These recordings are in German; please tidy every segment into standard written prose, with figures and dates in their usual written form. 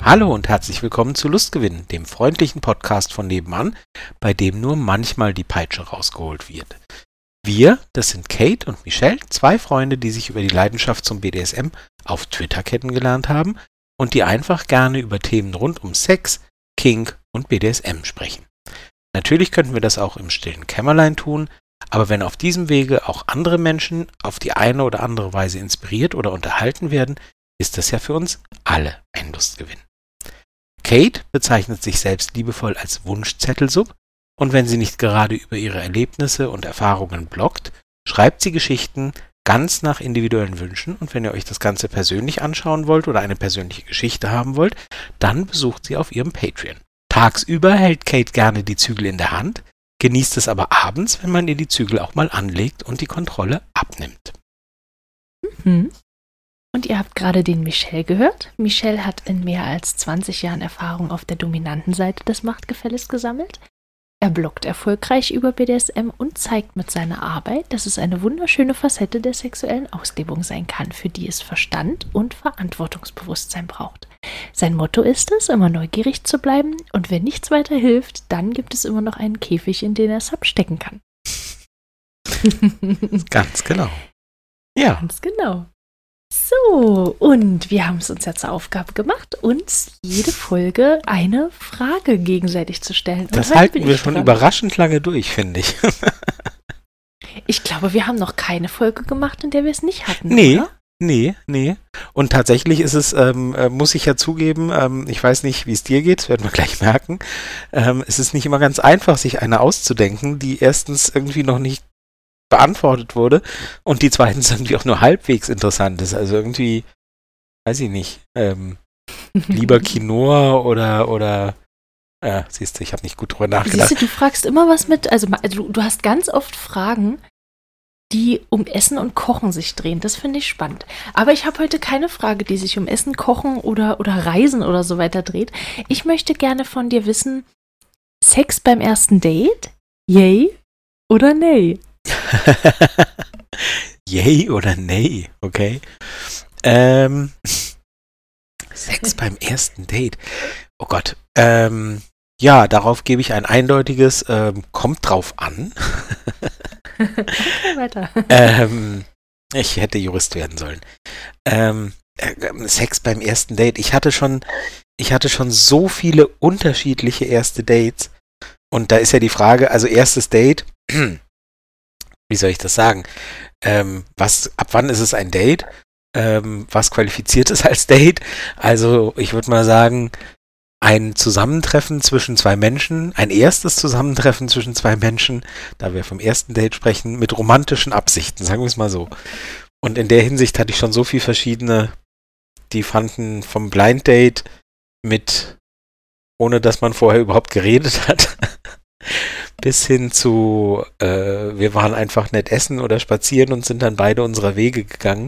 Hallo und herzlich willkommen zu Lustgewinn, dem freundlichen Podcast von nebenan, bei dem nur manchmal die Peitsche rausgeholt wird. Wir, das sind Kate und Michelle, zwei Freunde, die sich über die Leidenschaft zum BDSM auf Twitter kennengelernt haben und die einfach gerne über Themen rund um Sex, Kink und BDSM sprechen. Natürlich könnten wir das auch im stillen Kämmerlein tun, aber wenn auf diesem Wege auch andere Menschen auf die eine oder andere Weise inspiriert oder unterhalten werden, ist das ja für uns alle ein Lustgewinn. Kate bezeichnet sich selbst liebevoll als Wunschzettelsub und wenn sie nicht gerade über ihre Erlebnisse und Erfahrungen bloggt, schreibt sie Geschichten ganz nach individuellen Wünschen und wenn ihr euch das Ganze persönlich anschauen wollt oder eine persönliche Geschichte haben wollt, dann besucht sie auf ihrem Patreon. Tagsüber hält Kate gerne die Zügel in der Hand, genießt es aber abends, wenn man ihr die Zügel auch mal anlegt und die Kontrolle abnimmt. Und ihr habt gerade den Michel gehört. Michel hat in mehr als 20 Jahren Erfahrung auf der dominanten Seite des Machtgefälles gesammelt. Er bloggt erfolgreich über BDSM und zeigt mit seiner Arbeit, dass es eine wunderschöne Facette der sexuellen Auslebung sein kann, für die es Verstand und Verantwortungsbewusstsein braucht. Sein Motto ist es, immer neugierig zu bleiben und wenn nichts weiter hilft, dann gibt es immer noch einen Käfig, in den er Sub stecken kann. Ganz genau. Ja. Ganz genau. So, und wir haben es uns ja zur Aufgabe gemacht, uns jede Folge eine Frage gegenseitig zu stellen. Das halten wir schon überraschend lange durch, finde ich. Ich glaube, wir haben noch keine Folge gemacht, in der wir es nicht hatten, Nee. oder? Nee. Und tatsächlich ist es, muss ich ja zugeben, ich weiß nicht, wie es dir geht, das werden wir gleich merken, es ist nicht immer ganz einfach, sich eine auszudenken, die erstens irgendwie noch nicht beantwortet wurde und die zweitens irgendwie auch nur halbwegs interessant ist. Also irgendwie, weiß ich nicht, lieber Quinoa oder siehst du, ich habe nicht gut drüber nachgedacht. Siehst du, du fragst immer was mit, also du hast ganz oft Fragen, die um Essen und Kochen sich drehen. Das finde ich spannend. Aber ich habe heute keine Frage, die sich um Essen, Kochen oder Reisen oder so weiter dreht. Ich möchte gerne von dir wissen, Sex beim ersten Date? Yay oder nay? Yay oder nay, okay. Sex beim ersten Date. Oh Gott. Ja, darauf gebe ich ein eindeutiges kommt drauf an. Weiter. Ich hätte Jurist werden sollen. Sex beim ersten Date. Ich hatte schon so viele unterschiedliche erste Dates. Und da ist ja die Frage, also erstes Date, wie soll ich das sagen? Ab wann ist es ein Date? Was qualifiziert es als Date? Also ich würde mal sagen, ein Zusammentreffen zwischen zwei Menschen, ein erstes Zusammentreffen zwischen zwei Menschen, da wir vom ersten Date sprechen, mit romantischen Absichten, sagen wir es mal so. Und in der Hinsicht hatte ich schon so viele verschiedene, die fanden vom Blind Date mit, ohne dass man vorher überhaupt geredet hat, bis hin zu, wir waren einfach nett essen oder spazieren und sind dann beide unserer Wege gegangen.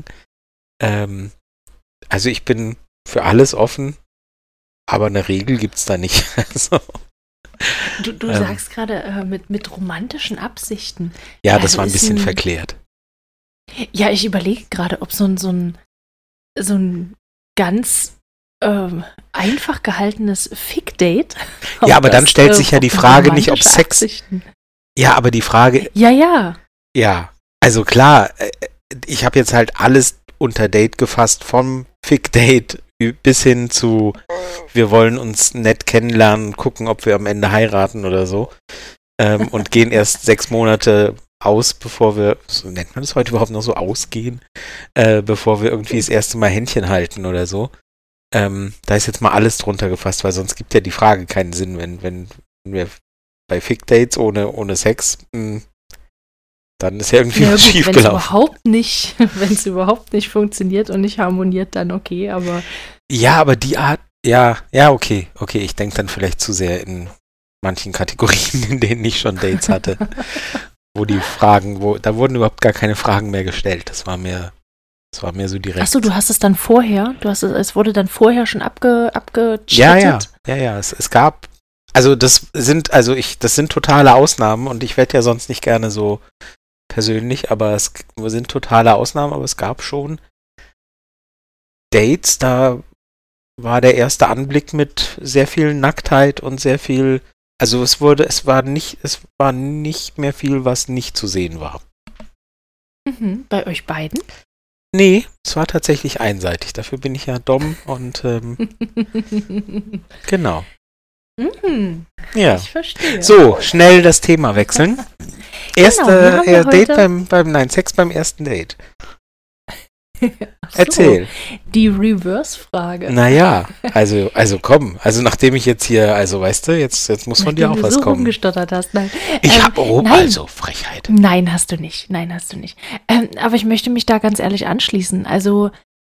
Also ich bin für alles offen, aber eine Regel gibt's da nicht. Also, du sagst gerade mit romantischen Absichten. Ja, also das war ein bisschen verklärt. Ja, ich überlege gerade, ob so ein ganz einfach gehaltenes Fick-Date. Ja, aber dann stellt sich ja die Frage nicht, ob Sex. Absichten. Ja, aber die Frage. Ja. Ja, also klar, ich habe jetzt halt alles unter Date gefasst, vom Fick-Date bis hin zu, wir wollen uns nett kennenlernen, gucken, ob wir am Ende heiraten oder so. Und gehen erst 6 Monate aus, bevor wir, so nennt man das heute überhaupt noch so, ausgehen, bevor wir irgendwie das erste Mal Händchen halten oder so. Da ist jetzt mal alles drunter gefasst, weil sonst gibt ja die Frage keinen Sinn, wenn wir bei Fick-Dates ohne Sex, dann ist ja irgendwie was schief gelaufen. Wenn es überhaupt nicht funktioniert und nicht harmoniert, dann okay, aber... Ja, aber die Art, ja, okay, ich denke dann vielleicht zu sehr in manchen Kategorien, in denen ich schon Dates hatte, wo die Fragen, da wurden überhaupt gar keine Fragen mehr gestellt, das war mir so direkt. Achso, du hast es dann vorher, es wurde dann vorher schon abgechattet? Ja, es gab, also das sind totale Ausnahmen und ich werde ja sonst nicht gerne so persönlich, aber es sind totale Ausnahmen, aber es gab schon Dates, da war der erste Anblick mit sehr viel Nacktheit und sehr viel, also es war nicht mehr viel, was nicht zu sehen war. Bei euch beiden? Nee, es war tatsächlich einseitig. Dafür bin ich ja Dom und genau. Ja. Ich verstehe. So, schnell das Thema wechseln. Date Sex beim ersten Date. So, Erzähl. Die Reverse-Frage. Naja, also komm. Also nachdem ich jetzt hier, also weißt du, jetzt muss von dir auch was so kommen. rumgestottert hast. Nein. Ich habe also Frechheit. Nein, hast du nicht. Aber ich möchte mich da ganz ehrlich anschließen. Also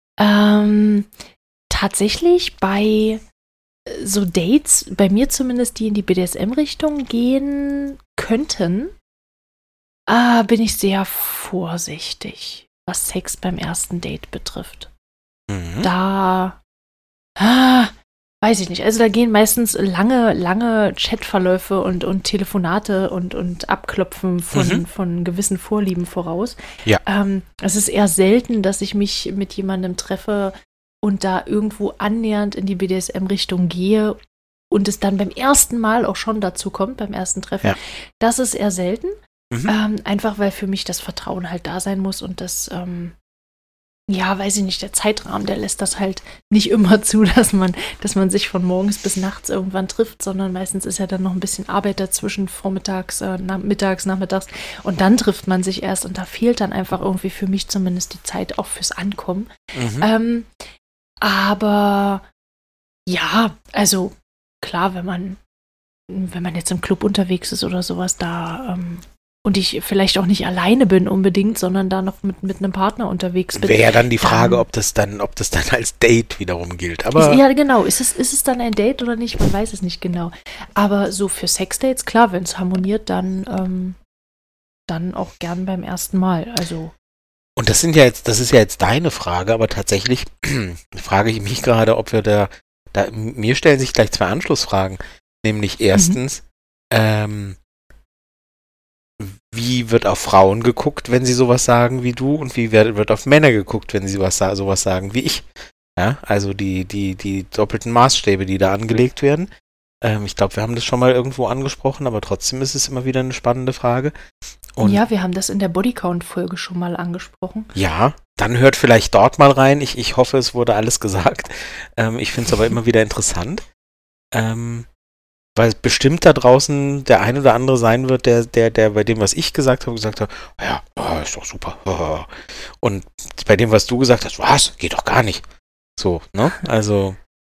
tatsächlich bei so Dates, bei mir zumindest, die in die BDSM-Richtung gehen könnten, bin ich sehr vorsichtig, was Sex beim ersten Date betrifft. Da weiß ich nicht. Also da gehen meistens lange Chatverläufe und Telefonate und Abklopfen von gewissen Vorlieben voraus. Ja. Es ist eher selten, dass ich mich mit jemandem treffe und da irgendwo annähernd in die BDSM-Richtung gehe und es dann beim ersten Mal auch schon dazu kommt, beim ersten Treffen. Ja. Das ist eher selten. Einfach, weil für mich das Vertrauen halt da sein muss und das, weiß ich nicht, der Zeitrahmen, der lässt das halt nicht immer zu, dass man sich von morgens bis nachts irgendwann trifft, sondern meistens ist ja dann noch ein bisschen Arbeit dazwischen, vormittags, mittags, nachmittags und dann trifft man sich erst und da fehlt dann einfach irgendwie für mich zumindest die Zeit auch fürs Ankommen. Aber ja, also klar, wenn man jetzt im Club unterwegs ist oder sowas, da und ich vielleicht auch nicht alleine bin unbedingt, sondern da noch mit einem Partner unterwegs bin. Wäre ja dann die Frage, ob das dann als Date wiederum gilt. Aber ja, genau. Ist es dann ein Date oder nicht? Man weiß es nicht genau. Aber so für Sexdates, klar, wenn es harmoniert, dann auch gern beim ersten Mal. Also. Und das ist ja jetzt deine Frage, aber tatsächlich frage ich mich gerade, ob wir mir stellen sich gleich zwei Anschlussfragen. Nämlich erstens, wie wird auf Frauen geguckt, wenn sie sowas sagen wie du, und wie wird auf Männer geguckt, wenn sie sowas sagen wie ich? Ja, also die doppelten Maßstäbe, die da angelegt werden. Ich glaube, wir haben das schon mal irgendwo angesprochen, aber trotzdem ist es immer wieder eine spannende Frage. Und ja, wir haben das in der Bodycount-Folge schon mal angesprochen. Ja, dann hört vielleicht dort mal rein. Ich hoffe, es wurde alles gesagt. Ich finde es aber immer wieder interessant. Weil bestimmt da draußen der ein oder andere sein wird, der bei dem, was ich gesagt habe, ja, ist doch super. Und bei dem, was du gesagt hast, was? Geht doch gar nicht. So, ne? Also,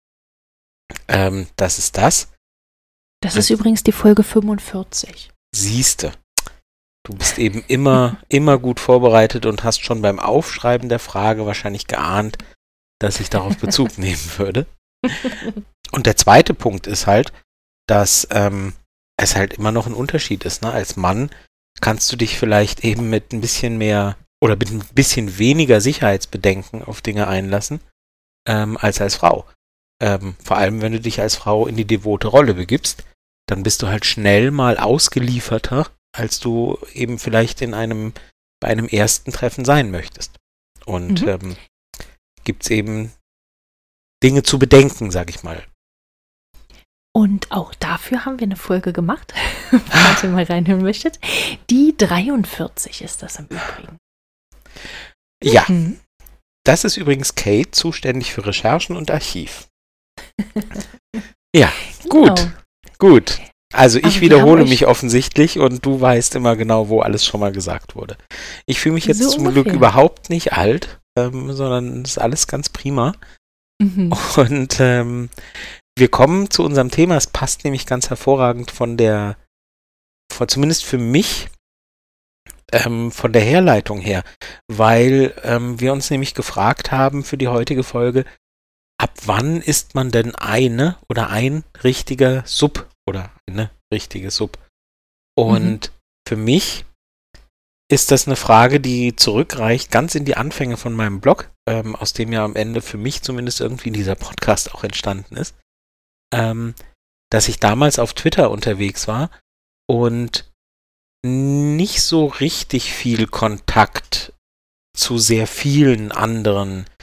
das ist das. Das ist übrigens die Folge 45. Siehste. Du bist eben immer gut vorbereitet und hast schon beim Aufschreiben der Frage wahrscheinlich geahnt, dass ich darauf Bezug nehmen würde. Und der zweite Punkt ist halt, dass es halt immer noch ein Unterschied ist. Ne? Als Mann kannst du dich vielleicht eben mit ein bisschen mehr oder mit ein bisschen weniger Sicherheitsbedenken auf Dinge einlassen, als Frau. Vor allem, wenn du dich als Frau in die devote Rolle begibst, dann bist du halt schnell mal ausgelieferter, als du eben vielleicht bei einem ersten Treffen sein möchtest. Und gibt es eben Dinge zu bedenken, sag ich mal. Und auch dafür haben wir eine Folge gemacht, falls ihr mal reinhören möchtet. Die 43 ist das im Übrigen. Ja, das ist übrigens Kate, zuständig für Recherchen und Archiv. Ja, gut. Also ich wiederhole mich offensichtlich und du weißt immer genau, wo alles schon mal gesagt wurde. Ich fühle mich jetzt so zum Glück überhaupt nicht alt, sondern es ist alles ganz prima. Und wir kommen zu unserem Thema. Es passt nämlich ganz hervorragend zumindest für mich, von der Herleitung her, weil wir uns nämlich gefragt haben für die heutige Folge, ab wann ist man denn eine oder ein richtiger Sub oder eine richtige Sub? Und für mich ist das eine Frage, die zurückreicht ganz in die Anfänge von meinem Blog, aus dem ja am Ende für mich zumindest irgendwie dieser Podcast auch entstanden ist, dass ich damals auf Twitter unterwegs war und nicht so richtig viel Kontakt zu sehr vielen anderen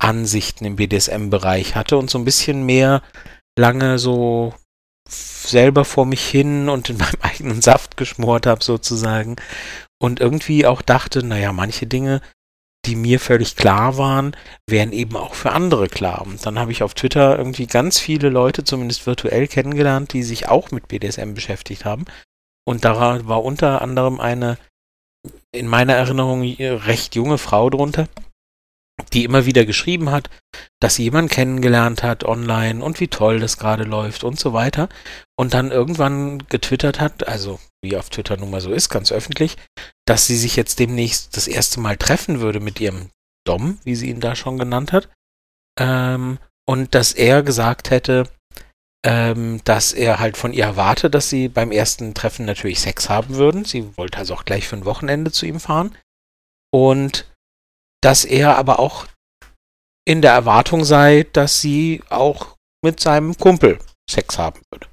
Ansichten im BDSM-Bereich hatte und so ein bisschen mehr lange so selber vor mich hin und in meinem eigenen Saft geschmort habe sozusagen und irgendwie auch dachte, naja, manche Dinge, die mir völlig klar waren, wären eben auch für andere klar. Und dann habe ich auf Twitter irgendwie ganz viele Leute, zumindest virtuell, kennengelernt, die sich auch mit BDSM beschäftigt haben. Und da war unter anderem eine, in meiner Erinnerung, recht junge Frau drunter, die immer wieder geschrieben hat, dass sie jemanden kennengelernt hat online und wie toll das gerade läuft und so weiter. Und dann irgendwann getwittert hat, also wie auf Twitter nun mal so ist, ganz öffentlich, dass sie sich jetzt demnächst das erste Mal treffen würde mit ihrem Dom, wie sie ihn da schon genannt hat. Und dass er gesagt hätte, dass er halt von ihr erwarte, dass sie beim ersten Treffen natürlich Sex haben würden. Sie wollte also auch gleich für ein Wochenende zu ihm fahren. Und dass er aber auch in der Erwartung sei, dass sie auch mit seinem Kumpel Sex haben würde.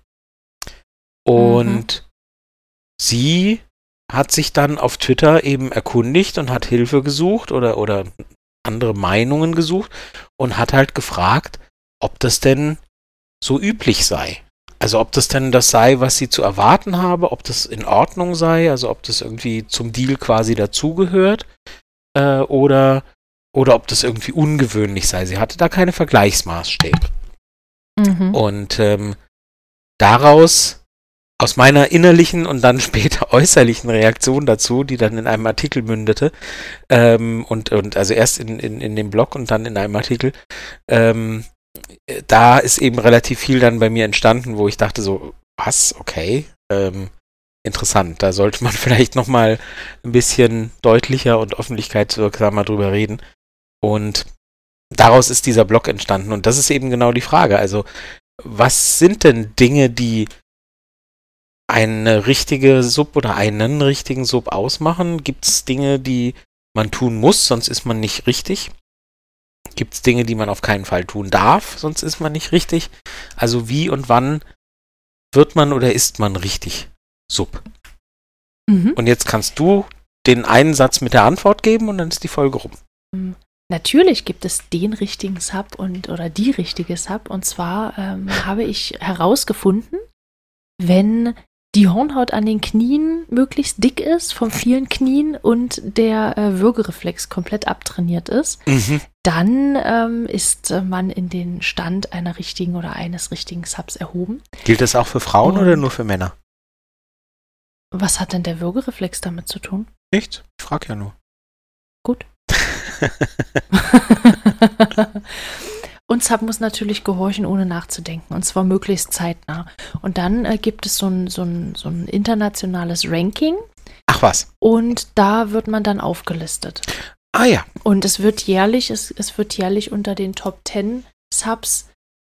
Und sie hat sich dann auf Twitter eben erkundigt und hat Hilfe gesucht oder andere Meinungen gesucht und hat halt gefragt, ob das denn so üblich sei. Also ob das denn das sei, was sie zu erwarten habe, ob das in Ordnung sei, also ob das irgendwie zum Deal quasi dazugehört oder ob das irgendwie ungewöhnlich sei. Sie hatte da keine Vergleichsmaßstäbe. Und daraus, aus meiner innerlichen und dann später äußerlichen Reaktion dazu, die dann in einem Artikel mündete, und also erst in dem Blog und dann in einem Artikel, da ist eben relativ viel dann bei mir entstanden, wo ich dachte so, was, okay, interessant, da sollte man vielleicht nochmal ein bisschen deutlicher und öffentlichkeitswirksamer drüber reden. Und daraus ist dieser Blog entstanden. Und das ist eben genau die Frage. Also, was sind denn Dinge, die eine richtige Sub oder einen richtigen Sub ausmachen? Gibt es Dinge, die man tun muss, sonst ist man nicht richtig? Gibt es Dinge, die man auf keinen Fall tun darf, sonst ist man nicht richtig? Also wie und wann wird man oder ist man richtig Sub? Und jetzt kannst du den einen Satz mit der Antwort geben und dann ist die Folge rum. Natürlich gibt es den richtigen Sub oder die richtige Sub. Und zwar habe ich herausgefunden, wenn die Hornhaut an den Knien möglichst dick ist, vom vielen Knien und der Würgereflex komplett abtrainiert ist, dann ist man in den Stand einer richtigen oder eines richtigen Subs erhoben. Gilt das auch für Frauen oder nur für Männer? Was hat denn der Würgereflex damit zu tun? Nichts, ich frage ja nur. Gut. Und Sub muss natürlich gehorchen, ohne nachzudenken. Und zwar möglichst zeitnah. Und dann gibt es so ein internationales Ranking. Ach was. Und da wird man dann aufgelistet. Ah ja. Und es wird jährlich unter den Top 10 Subs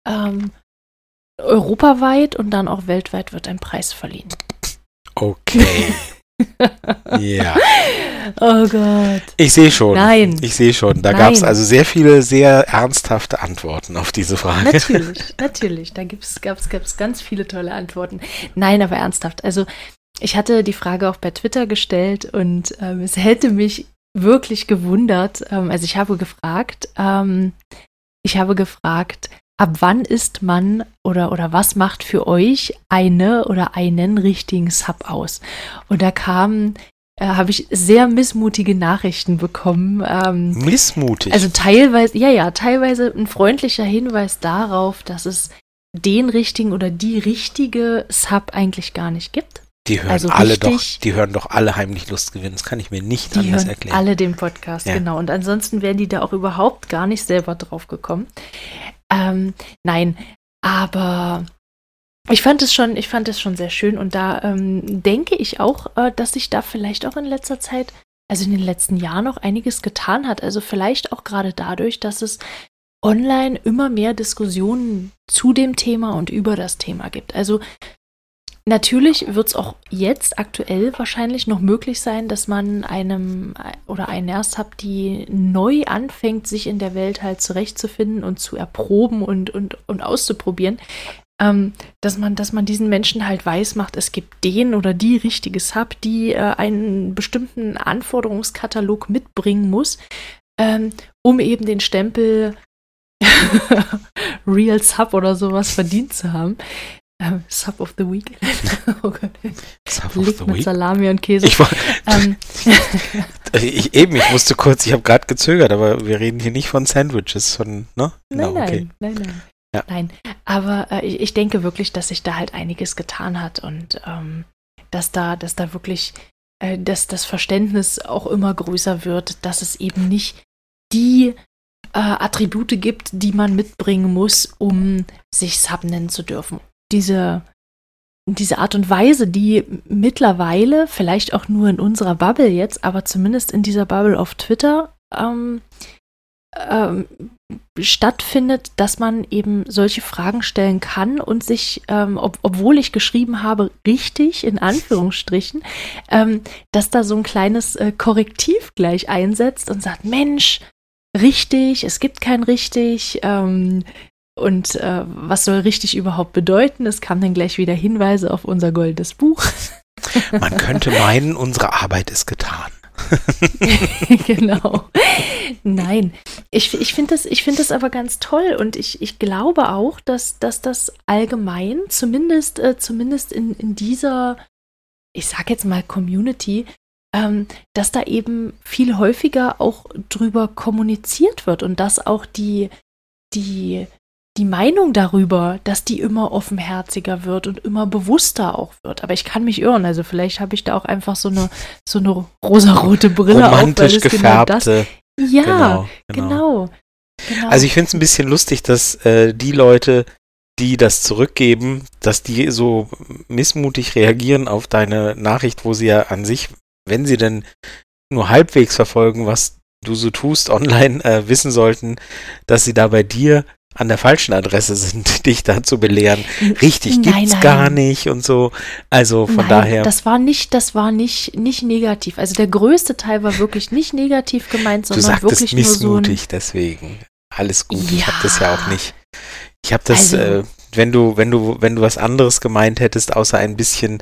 europaweit und dann auch weltweit wird ein Preis verliehen. Okay. Ja. Oh Gott. Ich sehe schon. Nein. Ich sehe schon. Da gab es also sehr viele, sehr ernsthafte Antworten auf diese Frage. Natürlich. Da gab's ganz viele tolle Antworten. Nein, aber ernsthaft. Also ich hatte die Frage auch bei Twitter gestellt und es hätte mich wirklich gewundert. Also ich habe gefragt, ab wann ist man oder was macht für euch eine oder einen richtigen Sub aus? Und da habe ich sehr missmutige Nachrichten bekommen. Missmutig? Also teilweise ein freundlicher Hinweis darauf, dass es den richtigen oder die richtige Sub eigentlich gar nicht gibt. Die hören doch alle heimlich Lust gewinnen. Das kann ich mir nicht anders erklären. Die hören alle den Podcast, genau. Und ansonsten wären die da auch überhaupt gar nicht selber drauf gekommen. Nein, aber ich fand es schon sehr schön und da denke ich auch, dass sich da vielleicht auch in letzter Zeit, also in den letzten Jahren noch einiges getan hat. Also vielleicht auch gerade dadurch, dass es online immer mehr Diskussionen zu dem Thema und über das Thema gibt. Also natürlich wird es auch jetzt aktuell wahrscheinlich noch möglich sein, dass man einer Sub, die neu anfängt, sich in der Welt halt zurechtzufinden und zu erproben und auszuprobieren, dass man diesen Menschen halt weismacht, es gibt den oder die richtige Sub, die einen bestimmten Anforderungskatalog mitbringen muss, um eben den Stempel Real Sub oder sowas verdient zu haben. Sub of the Week. Oh Gott. Sub of Liegt the mit Week? Salami und Käse. Ich musste kurz, ich habe gerade gezögert, aber wir reden hier nicht von Sandwiches, von, ne? Genau, Nein. Ja. Nein, aber ich denke wirklich, dass sich da halt einiges getan hat und dass da wirklich dass das Verständnis auch immer größer wird, dass es eben nicht die Attribute gibt, die man mitbringen muss, um sich Sub nennen zu dürfen. Diese Art und Weise, die mittlerweile, vielleicht auch nur in unserer Bubble jetzt, aber zumindest in dieser Bubble auf Twitter stattfindet, dass man eben solche Fragen stellen kann und sich, obwohl ich geschrieben habe, richtig, in Anführungsstrichen, dass da so ein kleines Korrektiv gleich einsetzt und sagt, Mensch, richtig, es gibt kein richtig, und was soll richtig überhaupt bedeuten? Es kamen dann gleich wieder Hinweise auf unser goldenes Buch. Man könnte meinen, unsere Arbeit ist getan. Genau. Nein, ich finde das aber ganz toll und ich glaube auch, dass das allgemein, zumindest in dieser, ich sag jetzt mal Community, dass da eben viel häufiger auch drüber kommuniziert wird und dass auch die Meinung darüber, dass die immer offenherziger wird und immer bewusster auch wird. Aber ich kann mich irren, also vielleicht habe ich da auch einfach so eine rosarote Brille romantisch auf, weil es gefärbte. Genau das, ja, genau. Also ich finde es ein bisschen lustig, dass die Leute, die das zurückgeben, dass die so missmutig reagieren auf deine Nachricht, wo sie ja an sich, wenn sie denn nur halbwegs verfolgen, was du so tust online, wissen sollten, dass sie da bei dir an der falschen Adresse sind, dich da zu belehren. Richtig gibt's gar nicht und so. Also von daher. Das war nicht negativ. Also der größte Teil war wirklich nicht negativ gemeint, sondern wirklich nur so missmutig, deswegen. Alles gut. Ja. Ich habe das ja auch nicht. Ich habe das, wenn du was anderes gemeint hättest, außer ein bisschen,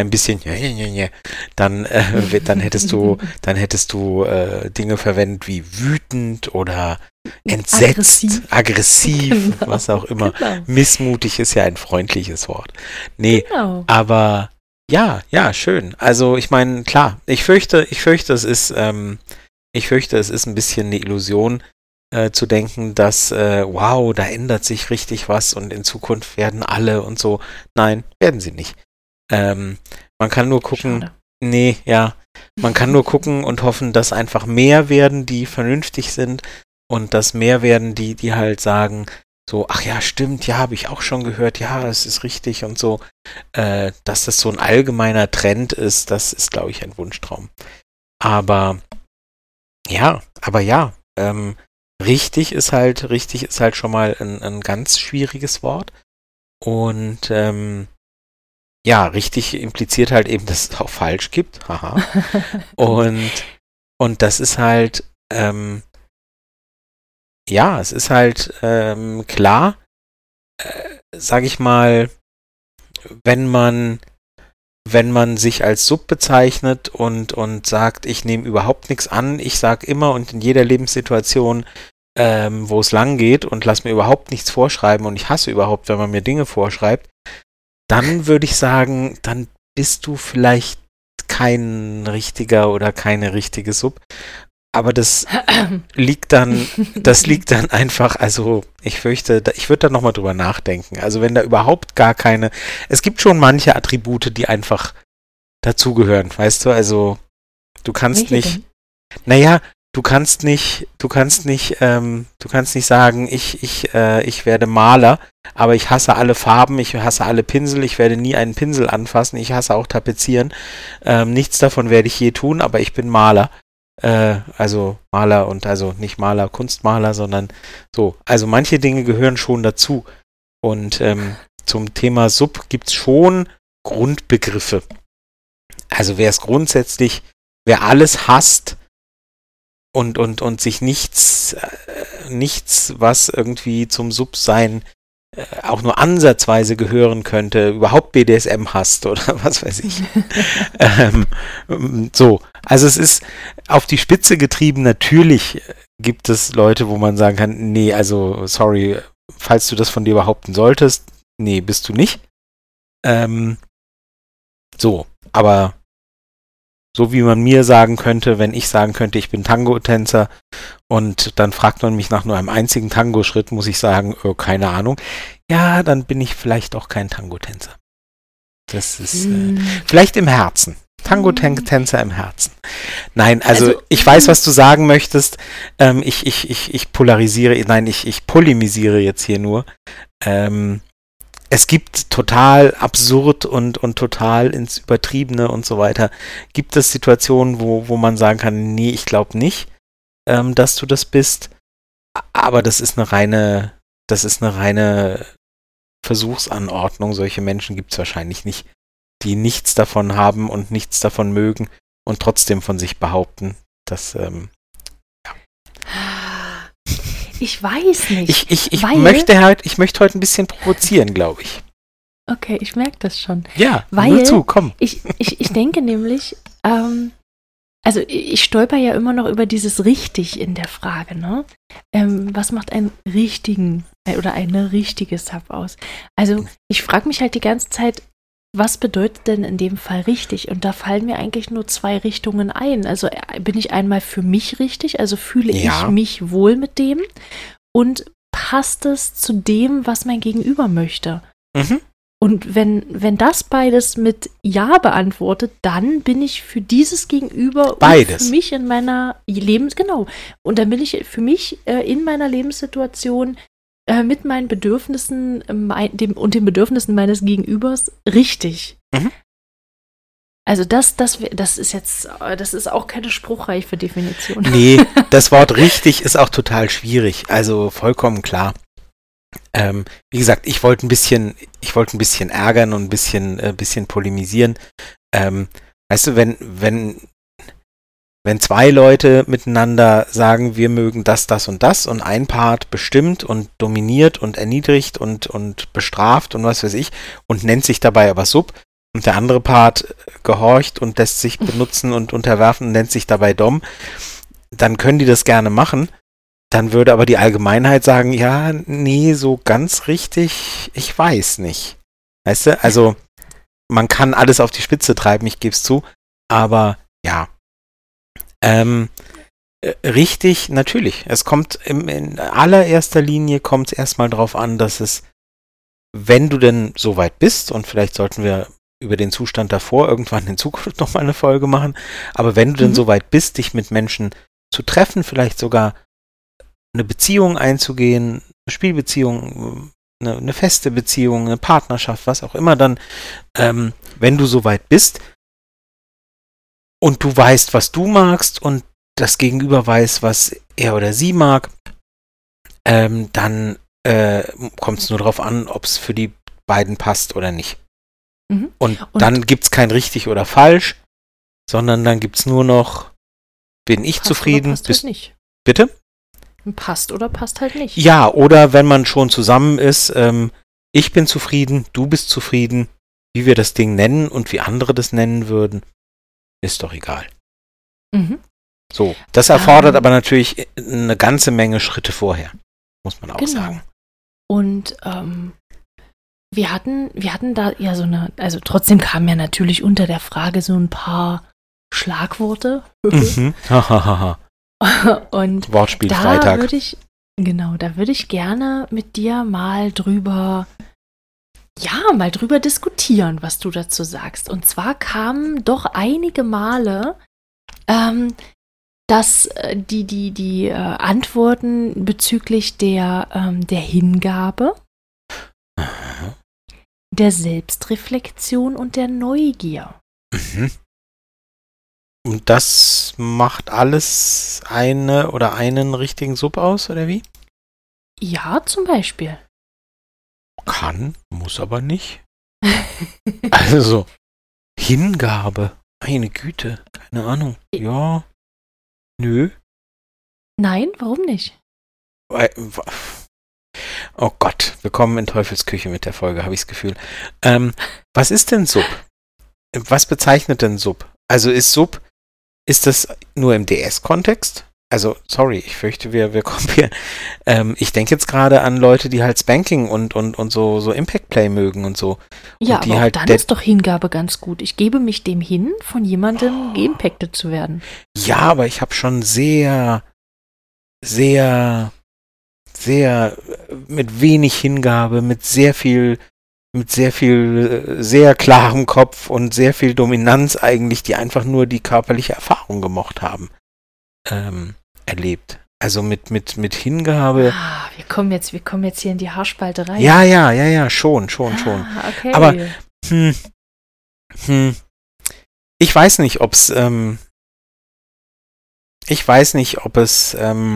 dann hättest du Dinge verwendet wie wütend oder entsetzt, aggressiv, genau, was auch immer. Genau. Missmutig ist ja ein freundliches Wort. Nee, genau. aber ja, schön. Also ich meine, klar, ich fürchte, es ist ein bisschen eine Illusion, zu denken, dass, wow, da ändert sich richtig was und in Zukunft werden alle und so. Nein, werden sie nicht. Man kann nur gucken, man kann nur gucken und hoffen, dass einfach mehr werden, die vernünftig sind und dass mehr werden, die halt sagen, so, ach ja, stimmt, ja, habe ich auch schon gehört, ja, es ist richtig und so. Dass das so ein allgemeiner Trend ist, das ist, glaube ich, ein Wunschtraum. Aber ja, richtig ist halt schon mal ein ganz schwieriges Wort. Und richtig impliziert halt eben, dass es auch falsch gibt. Haha. Und das ist halt, es ist halt klar, sag ich mal, wenn man sich als Sub bezeichnet und sagt, ich nehme überhaupt nichts an, ich sag immer und in jeder Lebenssituation, wo es lang geht und lass mir überhaupt nichts vorschreiben und ich hasse überhaupt, wenn man mir Dinge vorschreibt, dann würde ich sagen, dann bist du vielleicht kein richtiger oder keine richtige Sub. Aber das liegt dann einfach, also ich fürchte, ich würde da nochmal drüber nachdenken. Also wenn da überhaupt gar keine, es gibt schon manche Attribute, die einfach dazugehören, weißt du, also du kannst nicht, du kannst nicht sagen, ich werde Maler, aber ich hasse alle Farben, ich hasse alle Pinsel, ich werde nie einen Pinsel anfassen, ich hasse auch Tapezieren. Nichts davon werde ich je tun, aber ich bin Maler. Also Maler und also nicht Maler, Kunstmaler, sondern so. Also manche Dinge gehören schon dazu. Und zum Thema Sub gibt es schon Grundbegriffe. Also wer alles hasst und sich nichts, was irgendwie zum Sub-Sein auch nur ansatzweise gehören könnte, überhaupt BDSM hast oder was weiß ich. So, also es ist auf die Spitze getrieben. Natürlich gibt es Leute, wo man sagen kann, nee, also sorry, falls du das von dir behaupten solltest, nee, bist du nicht. So, aber so wie man mir sagen könnte, wenn ich sagen könnte, ich bin Tango-Tänzer und dann fragt man mich nach nur einem einzigen Tango-Schritt, muss ich sagen, keine Ahnung. Ja, dann bin ich vielleicht auch kein Tango-Tänzer. Das ist vielleicht im Herzen. Tango-Tänzer im Herzen. Nein, also ich weiß, was du sagen möchtest. Ich polemisiere jetzt hier nur. Es gibt total absurd und total ins Übertriebene und so weiter. Gibt es Situationen, wo man sagen kann, nee, ich glaube nicht, dass du das bist. Aber das ist eine reine Versuchsanordnung. Solche Menschen gibt es wahrscheinlich nicht, die nichts davon haben und nichts davon mögen und trotzdem von sich behaupten, dass Ich weiß nicht. Ich möchte heute ein bisschen provozieren, glaube ich. Okay, ich merke das schon. Ja, weil nur zu, komm. Ich denke nämlich, also ich stolper ja immer noch über dieses richtig in der Frage, ne? Was macht einen richtigen oder eine richtige Sub aus? Also ich frage mich halt die ganze Zeit, was bedeutet denn in dem Fall richtig? Und da fallen mir eigentlich nur 2 Richtungen ein. Also bin ich einmal für mich richtig, also fühle ich mich wohl mit dem und passt es zu dem, was mein Gegenüber möchte? Mhm. Und wenn das beides mit Ja beantwortet, dann bin ich für dieses Gegenüber beides. Und für mich in meiner Und dann bin ich für mich in meiner Lebenssituation mit meinen Bedürfnissen und den Bedürfnissen meines Gegenübers richtig. Mhm. Also das ist auch keine spruchreiche Definition. Nee, das Wort richtig ist auch total schwierig. Also vollkommen klar. Wie gesagt, ich wollte ein bisschen ärgern und ein bisschen polemisieren. Weißt du, wenn 2 Leute miteinander sagen, wir mögen das und das und ein Part bestimmt und dominiert und erniedrigt und bestraft und was weiß ich und nennt sich dabei aber Sub und der andere Part gehorcht und lässt sich benutzen und unterwerfen und nennt sich dabei Dom, dann können die das gerne machen. Dann würde aber die Allgemeinheit sagen, ja, nee, so ganz richtig, ich weiß nicht. Weißt du, also man kann alles auf die Spitze treiben, ich gebe es zu, aber ja, richtig, natürlich. Es kommt in allererster Linie kommt es erstmal drauf an, dass es, wenn du denn so weit bist, und vielleicht sollten wir über den Zustand davor irgendwann in Zukunft nochmal eine Folge machen, aber wenn du denn so weit bist, dich mit Menschen zu treffen, vielleicht sogar eine Beziehung einzugehen, eine Spielbeziehung, eine feste Beziehung, eine Partnerschaft, was auch immer dann, wenn du so weit bist, und du weißt, was du magst und das Gegenüber weiß, was er oder sie mag, dann kommt es nur darauf an, ob es für die beiden passt oder nicht. Mhm. Und dann gibt es kein richtig oder falsch, sondern dann gibt es nur noch, bin ich zufrieden? Passt halt nicht. Bitte? Passt oder passt halt nicht. Ja, oder wenn man schon zusammen ist, ich bin zufrieden, du bist zufrieden, wie wir das Ding nennen und wie andere das nennen würden, ist doch egal. Mhm. So, das erfordert aber natürlich eine ganze Menge Schritte vorher, muss man auch sagen. Und wir hatten da ja so eine, also trotzdem kamen ja natürlich unter der Frage so ein paar Schlagworte. Mhm. Und Wortspiel-Freitag. Da würde ich gerne mit dir mal drüber diskutieren, was du dazu sagst. Und zwar kamen doch einige Male dass die Antworten bezüglich der Hingabe, der Selbstreflexion und der Neugier. Mhm. Und das macht alles einen richtigen Sub aus, oder wie? Ja, zum Beispiel. Kann, muss aber nicht. Also, Hingabe, meine Güte, keine Ahnung. Ja, nö. Nein, warum nicht? Oh Gott, wir kommen in Teufelsküche mit der Folge, habe ich das Gefühl. Was ist denn Sub? Was bezeichnet denn Sub? Also ist das nur im DS-Kontext? Also, sorry, ich fürchte, wir kommen hier. Ich denke jetzt gerade an Leute, die halt Spanking und so Impact Play mögen und so. Ja, und die aber auch halt dann ist doch Hingabe ganz gut. Ich gebe mich dem hin, von jemandem geimpactet zu werden. Ja, aber ich habe schon sehr, sehr, sehr mit wenig Hingabe, mit sehr sehr klarem Kopf und sehr viel Dominanz eigentlich, die einfach nur die körperliche Erfahrung gemocht haben, erlebt. Also mit Hingabe. Wir kommen jetzt hier in die Haarspalterei. Ja, schon. Okay. Aber ich weiß nicht, ob es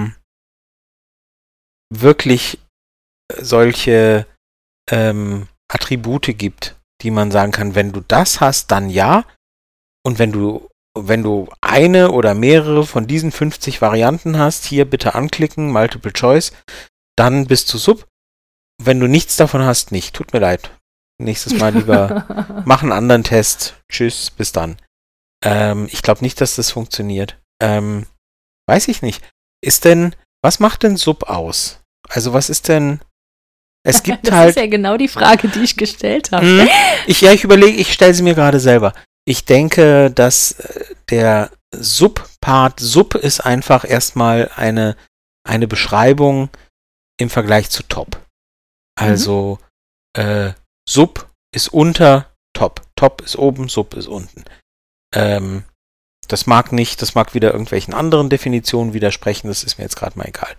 wirklich solche Attribute gibt, die man sagen kann, wenn du das hast, dann ja. Und wenn du eine oder mehrere von diesen 50 Varianten hast, hier bitte anklicken, Multiple Choice, dann bist du Sub. Wenn du nichts davon hast, nicht. Tut mir leid. Nächstes Mal lieber mach einen anderen Test. Tschüss, bis dann. Ich glaube nicht, dass das funktioniert. Weiß ich nicht. Was macht denn Sub aus? Also was ist denn... Es gibt das ist ja genau die Frage, die ich gestellt habe. Ich überlege, ich stelle sie mir gerade selber. Ich denke, dass der Sub-Part, Sub ist einfach erstmal eine Beschreibung im Vergleich zu Top. Also Sub ist unter Top. Top ist oben, Sub ist unten. Das mag wieder irgendwelchen anderen Definitionen widersprechen, das ist mir jetzt gerade mal egal.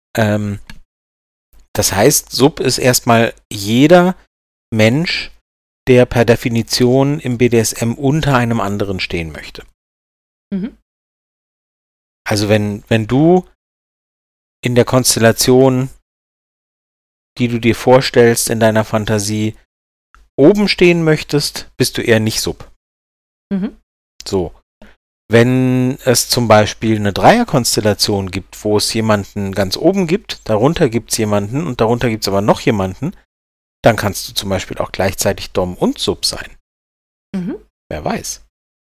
Das heißt, Sub ist erstmal jeder Mensch, der per Definition im BDSM unter einem anderen stehen möchte. Also wenn du in der Konstellation, die du dir vorstellst in deiner Fantasie, oben stehen möchtest, bist du eher nicht Sub. So. Wenn es zum Beispiel eine Dreierkonstellation gibt, wo es jemanden ganz oben gibt, darunter gibt es jemanden und darunter gibt es aber noch jemanden, dann kannst du zum Beispiel auch gleichzeitig Dom und Sub sein. Wer weiß.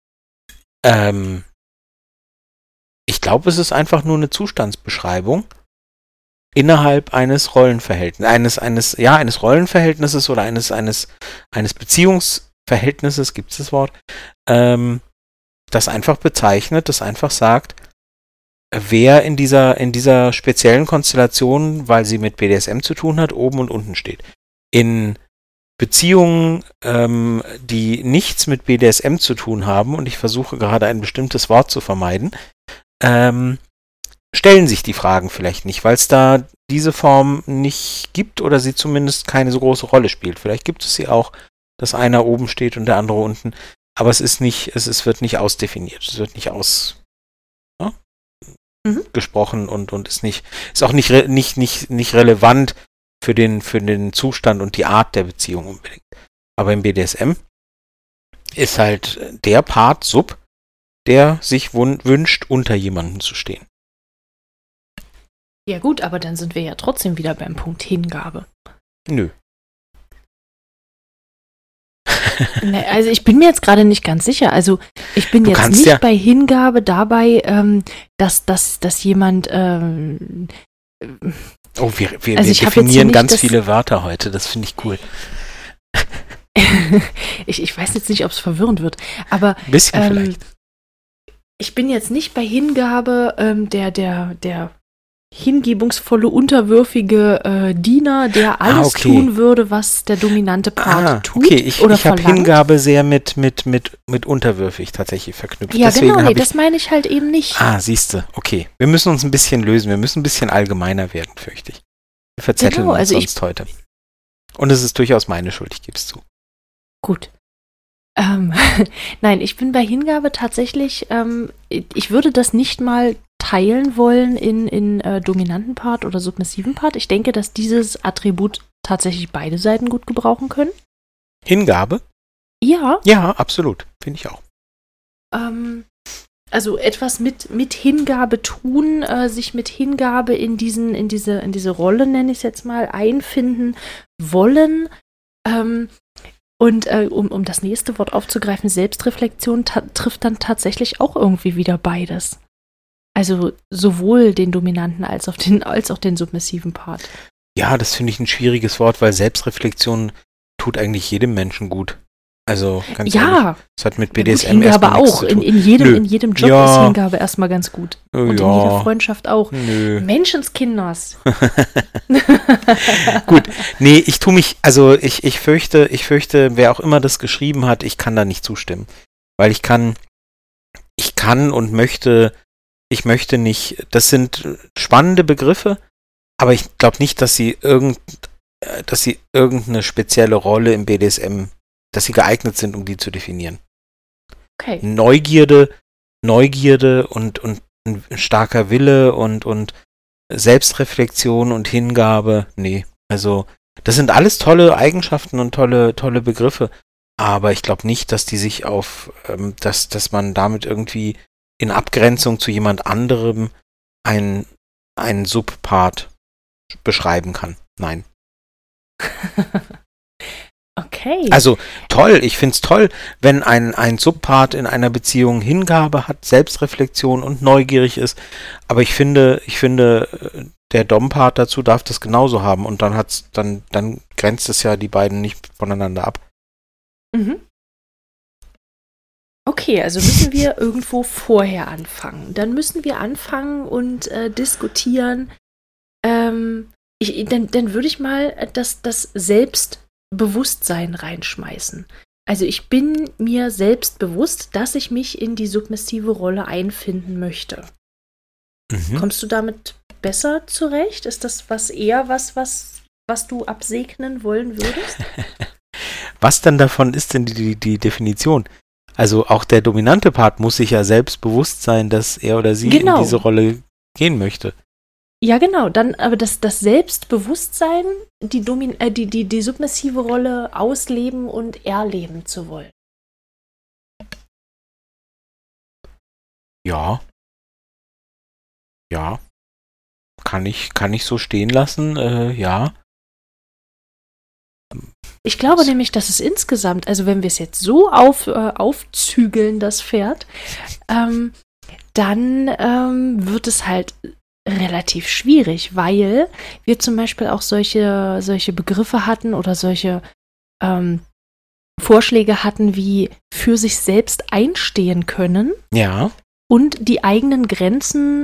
Ich glaube, es ist einfach nur eine Zustandsbeschreibung innerhalb eines Rollenverhältnisses, eines Rollenverhältnisses oder eines Beziehungsverhältnisses, gibt es das Wort, das einfach bezeichnet, das einfach sagt, wer in dieser speziellen Konstellation, weil sie mit BDSM zu tun hat, oben und unten steht. In Beziehungen, die nichts mit BDSM zu tun haben, und ich versuche gerade ein bestimmtes Wort zu vermeiden, stellen sich die Fragen vielleicht nicht, weil es da diese Form nicht gibt oder sie zumindest keine so große Rolle spielt. Vielleicht gibt es sie auch, dass einer oben steht und der andere unten. Aber es wird nicht ausdefiniert, es wird nicht gesprochen und ist auch nicht relevant für den Zustand und die Art der Beziehung unbedingt. Aber im BDSM ist halt der Part Sub, der sich wünscht, unter jemanden zu stehen. Ja gut, aber dann sind wir ja trotzdem wieder beim Punkt Hingabe. Nö. Also ich bin mir jetzt gerade nicht ganz sicher. Also ich bin jetzt nicht bei Hingabe dabei, dass jemand... wir definieren ganz viele Wörter heute. Das finde ich cool. ich weiß jetzt nicht, ob es verwirrend wird. Aber ein bisschen vielleicht. Ich bin jetzt nicht bei Hingabe der hingebungsvolle, unterwürfige Diener, der alles tun würde, was der dominante Part tut. Okay, ich habe Hingabe sehr mit unterwürfig tatsächlich verknüpft. Ja, deswegen genau, das meine ich halt eben nicht. Siehste, okay. Wir müssen uns ein bisschen lösen, wir müssen ein bisschen allgemeiner werden, fürchte ich. Wir verzetteln uns sonst heute. Und es ist durchaus meine Schuld, ich gebe es zu. Gut. Nein, ich bin bei Hingabe tatsächlich, ich würde das nicht mal teilen wollen in dominanten Part oder submissiven Part. Ich denke, dass dieses Attribut tatsächlich beide Seiten gut gebrauchen können. Hingabe? Ja. Ja, absolut. Finde ich auch. Also etwas mit Hingabe tun, sich mit Hingabe in diese Rolle, nenne ich es jetzt mal, einfinden wollen. Um das nächste Wort aufzugreifen, Selbstreflexion trifft dann tatsächlich auch irgendwie wieder beides. Also sowohl den dominanten als auch den submissiven Part. Ja, das finde ich ein schwieriges Wort, weil Selbstreflexion tut eigentlich jedem Menschen gut. Also ganz ehrlich, das hat mit BDSM erstmal nichts zu tun. In jedem Job ist Hingabe erstmal ganz gut. Und in jeder Freundschaft auch. Menschenskinders. Gut, nee, ich fürchte, wer auch immer das geschrieben hat, ich kann da nicht zustimmen. Weil ich kann und möchte nicht, das sind spannende Begriffe, aber ich glaube nicht, dass sie irgendeine spezielle Rolle im BDSM, dass sie geeignet sind, um die zu definieren. Okay. Neugierde und ein starker Wille und Selbstreflexion und Hingabe, nee. Also, das sind alles tolle Eigenschaften und tolle Begriffe, aber ich glaube nicht, dass die sich dass man damit irgendwie in Abgrenzung zu jemand anderem einen Subpart beschreiben kann. Nein. Okay. Also toll, ich finde es toll, wenn ein Subpart in einer Beziehung Hingabe hat, Selbstreflexion und neugierig ist, aber ich finde, der Dom-Part dazu darf das genauso haben und dann grenzt es ja die beiden nicht voneinander ab. Mhm. Okay, also müssen wir irgendwo vorher anfangen. Dann müssen wir anfangen und diskutieren. Dann würde ich mal das Selbstbewusstsein reinschmeißen. Also ich bin mir selbst bewusst, dass ich mich in die submissive Rolle einfinden möchte. Mhm. Kommst du damit besser zurecht? Ist das was du absegnen wollen würdest? Was dann davon ist denn die Definition? Also auch der dominante Part muss sich ja selbst bewusst sein, dass er oder sie in diese Rolle gehen möchte. Ja, genau. Dann aber das Selbstbewusstsein, die submissive Rolle ausleben und erleben zu wollen. Ja. Ja. Kann ich so stehen lassen? Ja. Ich glaube nämlich, dass es insgesamt, also wenn wir es jetzt so aufzügeln, das Pferd, dann wird es halt relativ schwierig, weil wir zum Beispiel auch solche Begriffe hatten oder solche Vorschläge hatten, wie für sich selbst einstehen können. Ja. Und die eigenen Grenzen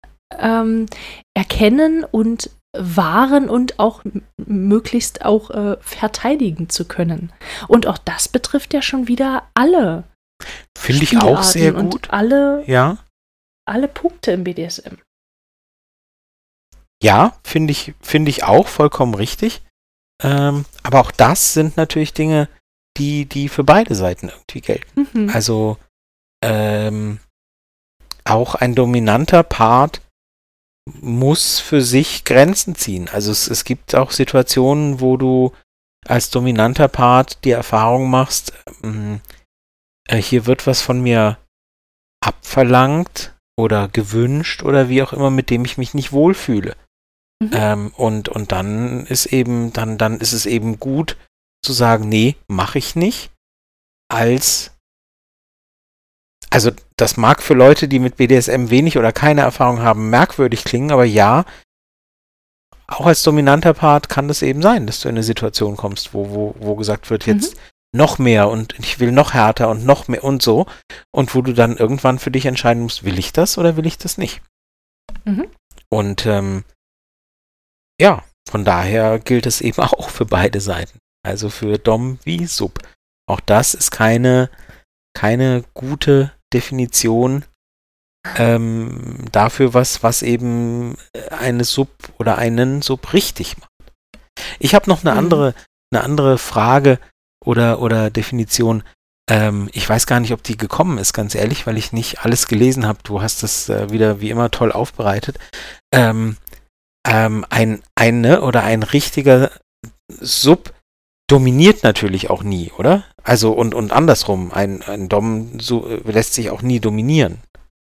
erkennen und wahren und auch möglichst auch verteidigen zu können. Und auch das betrifft ja schon wieder alle. Finde ich auch sehr gut. Und alle Punkte im BDSM. Ja, finde ich auch vollkommen richtig. Aber auch das sind natürlich Dinge, die für beide Seiten irgendwie gelten. Mhm. Also auch ein dominanter Part muss für sich Grenzen ziehen. Also es gibt auch Situationen, wo du als dominanter Part die Erfahrung machst, hier wird was von mir abverlangt oder gewünscht oder wie auch immer, mit dem ich mich nicht wohlfühle. Mhm. Und dann ist es eben gut zu sagen, nee, mache ich nicht, also das mag für Leute, die mit BDSM wenig oder keine Erfahrung haben, merkwürdig klingen, aber ja, auch als dominanter Part kann das eben sein, dass du in eine Situation kommst, wo gesagt wird, jetzt noch mehr und ich will noch härter und noch mehr und so, und wo du dann irgendwann für dich entscheiden musst, will ich das oder will ich das nicht? Mhm. Und ja, von daher gilt es eben auch für beide Seiten, also für Dom wie Sub. Auch das ist keine gute Definition dafür, was eben eine Sub oder einen Sub richtig macht. Ich habe noch eine andere Frage oder Definition. Ich weiß gar nicht, ob die gekommen ist, ganz ehrlich, weil ich nicht alles gelesen habe. Du hast das wieder wie immer toll aufbereitet. Ein richtiger Sub dominiert natürlich auch nie, oder? Also und andersrum, ein Dom lässt sich auch nie dominieren.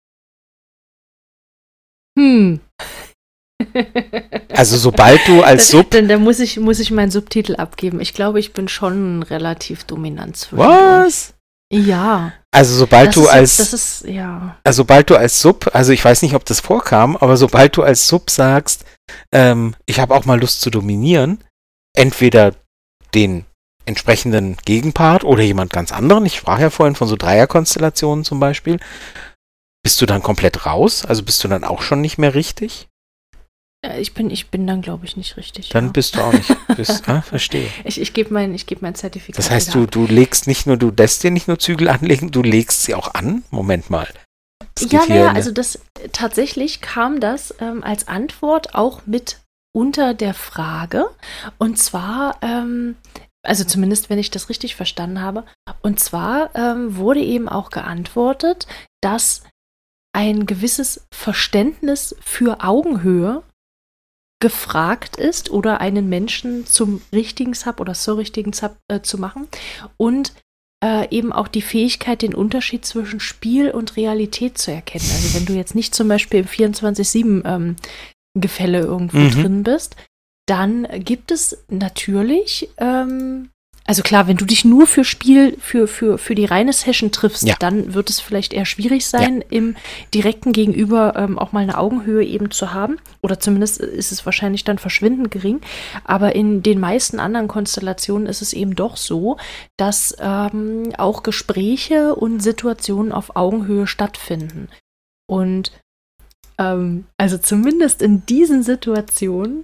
Also sobald du als Sub... Dann muss ich meinen Subtitel abgeben. Ich glaube, ich bin schon relativ dominant zwischendurch. Was? Ja. Also sobald du als... sobald du als Sub, also ich weiß nicht, ob das vorkam, aber sobald du als Sub sagst, ich habe auch mal Lust zu dominieren, entweder den entsprechenden Gegenpart oder jemand ganz anderen, ich sprach ja vorhin von so Dreierkonstellationen zum Beispiel, bist du dann komplett raus? Also bist du dann auch schon nicht mehr richtig? Ich bin dann, glaube ich, nicht richtig. Dann bist du auch nicht. Verstehe. Ich gebe mein Zertifikat. Das heißt, du lässt dir nicht nur Zügel anlegen, du legst sie auch an? Moment mal. Also tatsächlich kam das als Antwort auch mit unter der Frage. Und zwar, also zumindest, wenn ich das richtig verstanden habe, und zwar wurde eben auch geantwortet, dass ein gewisses Verständnis für Augenhöhe gefragt ist oder einen Menschen zum richtigen Sub oder zur richtigen Sub zu machen und eben auch die Fähigkeit, den Unterschied zwischen Spiel und Realität zu erkennen. Also wenn du jetzt nicht zum Beispiel im 24/7 Gefälle irgendwo drin bist, dann gibt es natürlich, also klar, wenn du dich nur für Spiel, für die reine Session triffst, dann wird es vielleicht eher schwierig sein, im direkten Gegenüber auch mal eine Augenhöhe eben zu haben. Oder zumindest ist es wahrscheinlich dann verschwindend gering. Aber in den meisten anderen Konstellationen ist es eben doch so, dass auch Gespräche und Situationen auf Augenhöhe stattfinden. Und also zumindest in diesen Situationen,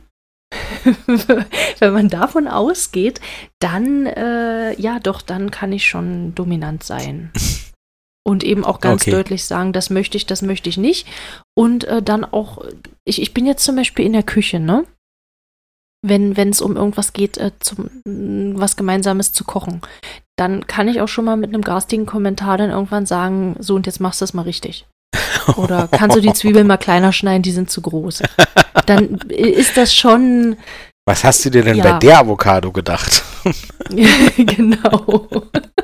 wenn man davon ausgeht, dann dann kann ich schon dominant sein. Und eben auch ganz deutlich sagen, das möchte ich nicht. Und dann auch, ich bin jetzt zum Beispiel in der Küche, ne? Wenn es um irgendwas geht, was Gemeinsames zu kochen, dann kann ich auch schon mal mit einem garstigen Kommentar dann irgendwann sagen, so und jetzt machst du das mal richtig. Oder kannst du die Zwiebeln mal kleiner schneiden, die sind zu groß. Dann ist das schon... Was hast du dir denn bei der Avocado gedacht? Genau.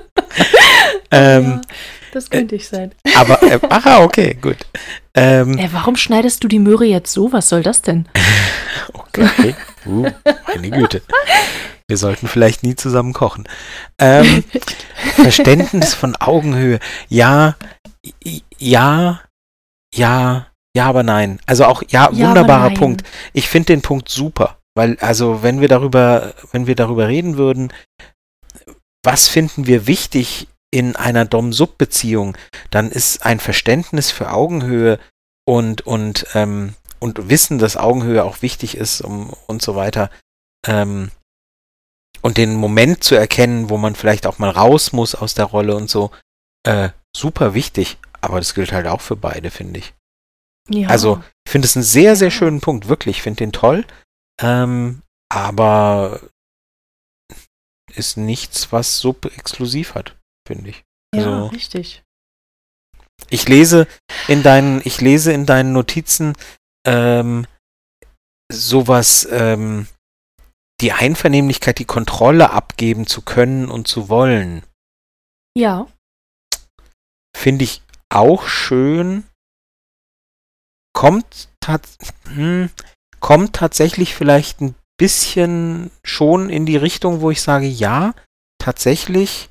Das könnte ich sein. Aber, okay, gut. Warum schneidest du die Möhre jetzt so? Was soll das denn? Okay, meine Güte. Wir sollten vielleicht nie zusammen kochen. Verständnis von Augenhöhe. Ja, aber nein. Also auch, wunderbarer Punkt. Ich finde den Punkt super, weil, also, wenn wir darüber reden würden, was finden wir wichtig in einer Dom-Sub-Beziehung, dann ist ein Verständnis für Augenhöhe und Wissen, dass Augenhöhe auch wichtig ist und so weiter, und den Moment zu erkennen, wo man vielleicht auch mal raus muss aus der Rolle und so, super wichtig. Aber das gilt halt auch für beide, finde ich. Ja. Also, ich finde es einen sehr, sehr schönen Punkt, wirklich. Ich finde den toll. Aber ist nichts, was Sub exklusiv hat, finde ich. Also, richtig. Ich lese in deinen Notizen sowas, die Einvernehmlichkeit, die Kontrolle abgeben zu können und zu wollen. Ja. Finde ich auch schön. Kommt tatsächlich vielleicht ein bisschen schon in die Richtung, wo ich sage, ja, tatsächlich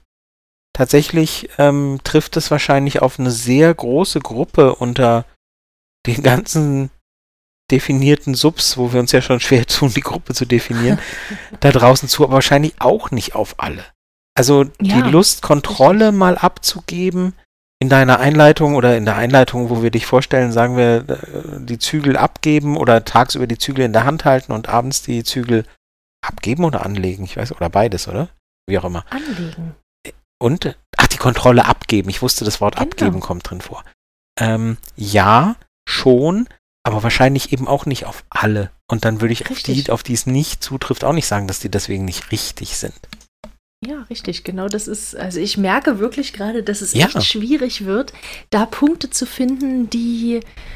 trifft es wahrscheinlich auf eine sehr große Gruppe unter den ganzen definierten Subs, wo wir uns ja schon schwer tun, die Gruppe zu definieren, da draußen zu, aber wahrscheinlich auch nicht auf alle. Also die Lust, Kontrolle mal abzugeben, in deiner Einleitung oder in der Einleitung, wo wir dich vorstellen, sagen wir, die Zügel abgeben oder tagsüber die Zügel in der Hand halten und abends die Zügel abgeben oder anlegen, ich weiß, oder beides, oder? Wie auch immer. Anlegen. Und, die Kontrolle abgeben. Ich wusste, das Wort abgeben kommt drin vor. Ja, schon, aber wahrscheinlich eben auch nicht auf alle. Und dann würde ich auf die es nicht zutrifft, auch nicht sagen, dass die deswegen nicht richtig sind. Ja, richtig, genau, das ist, also ich merke wirklich gerade, dass es echt schwierig wird, da Punkte zu finden, die,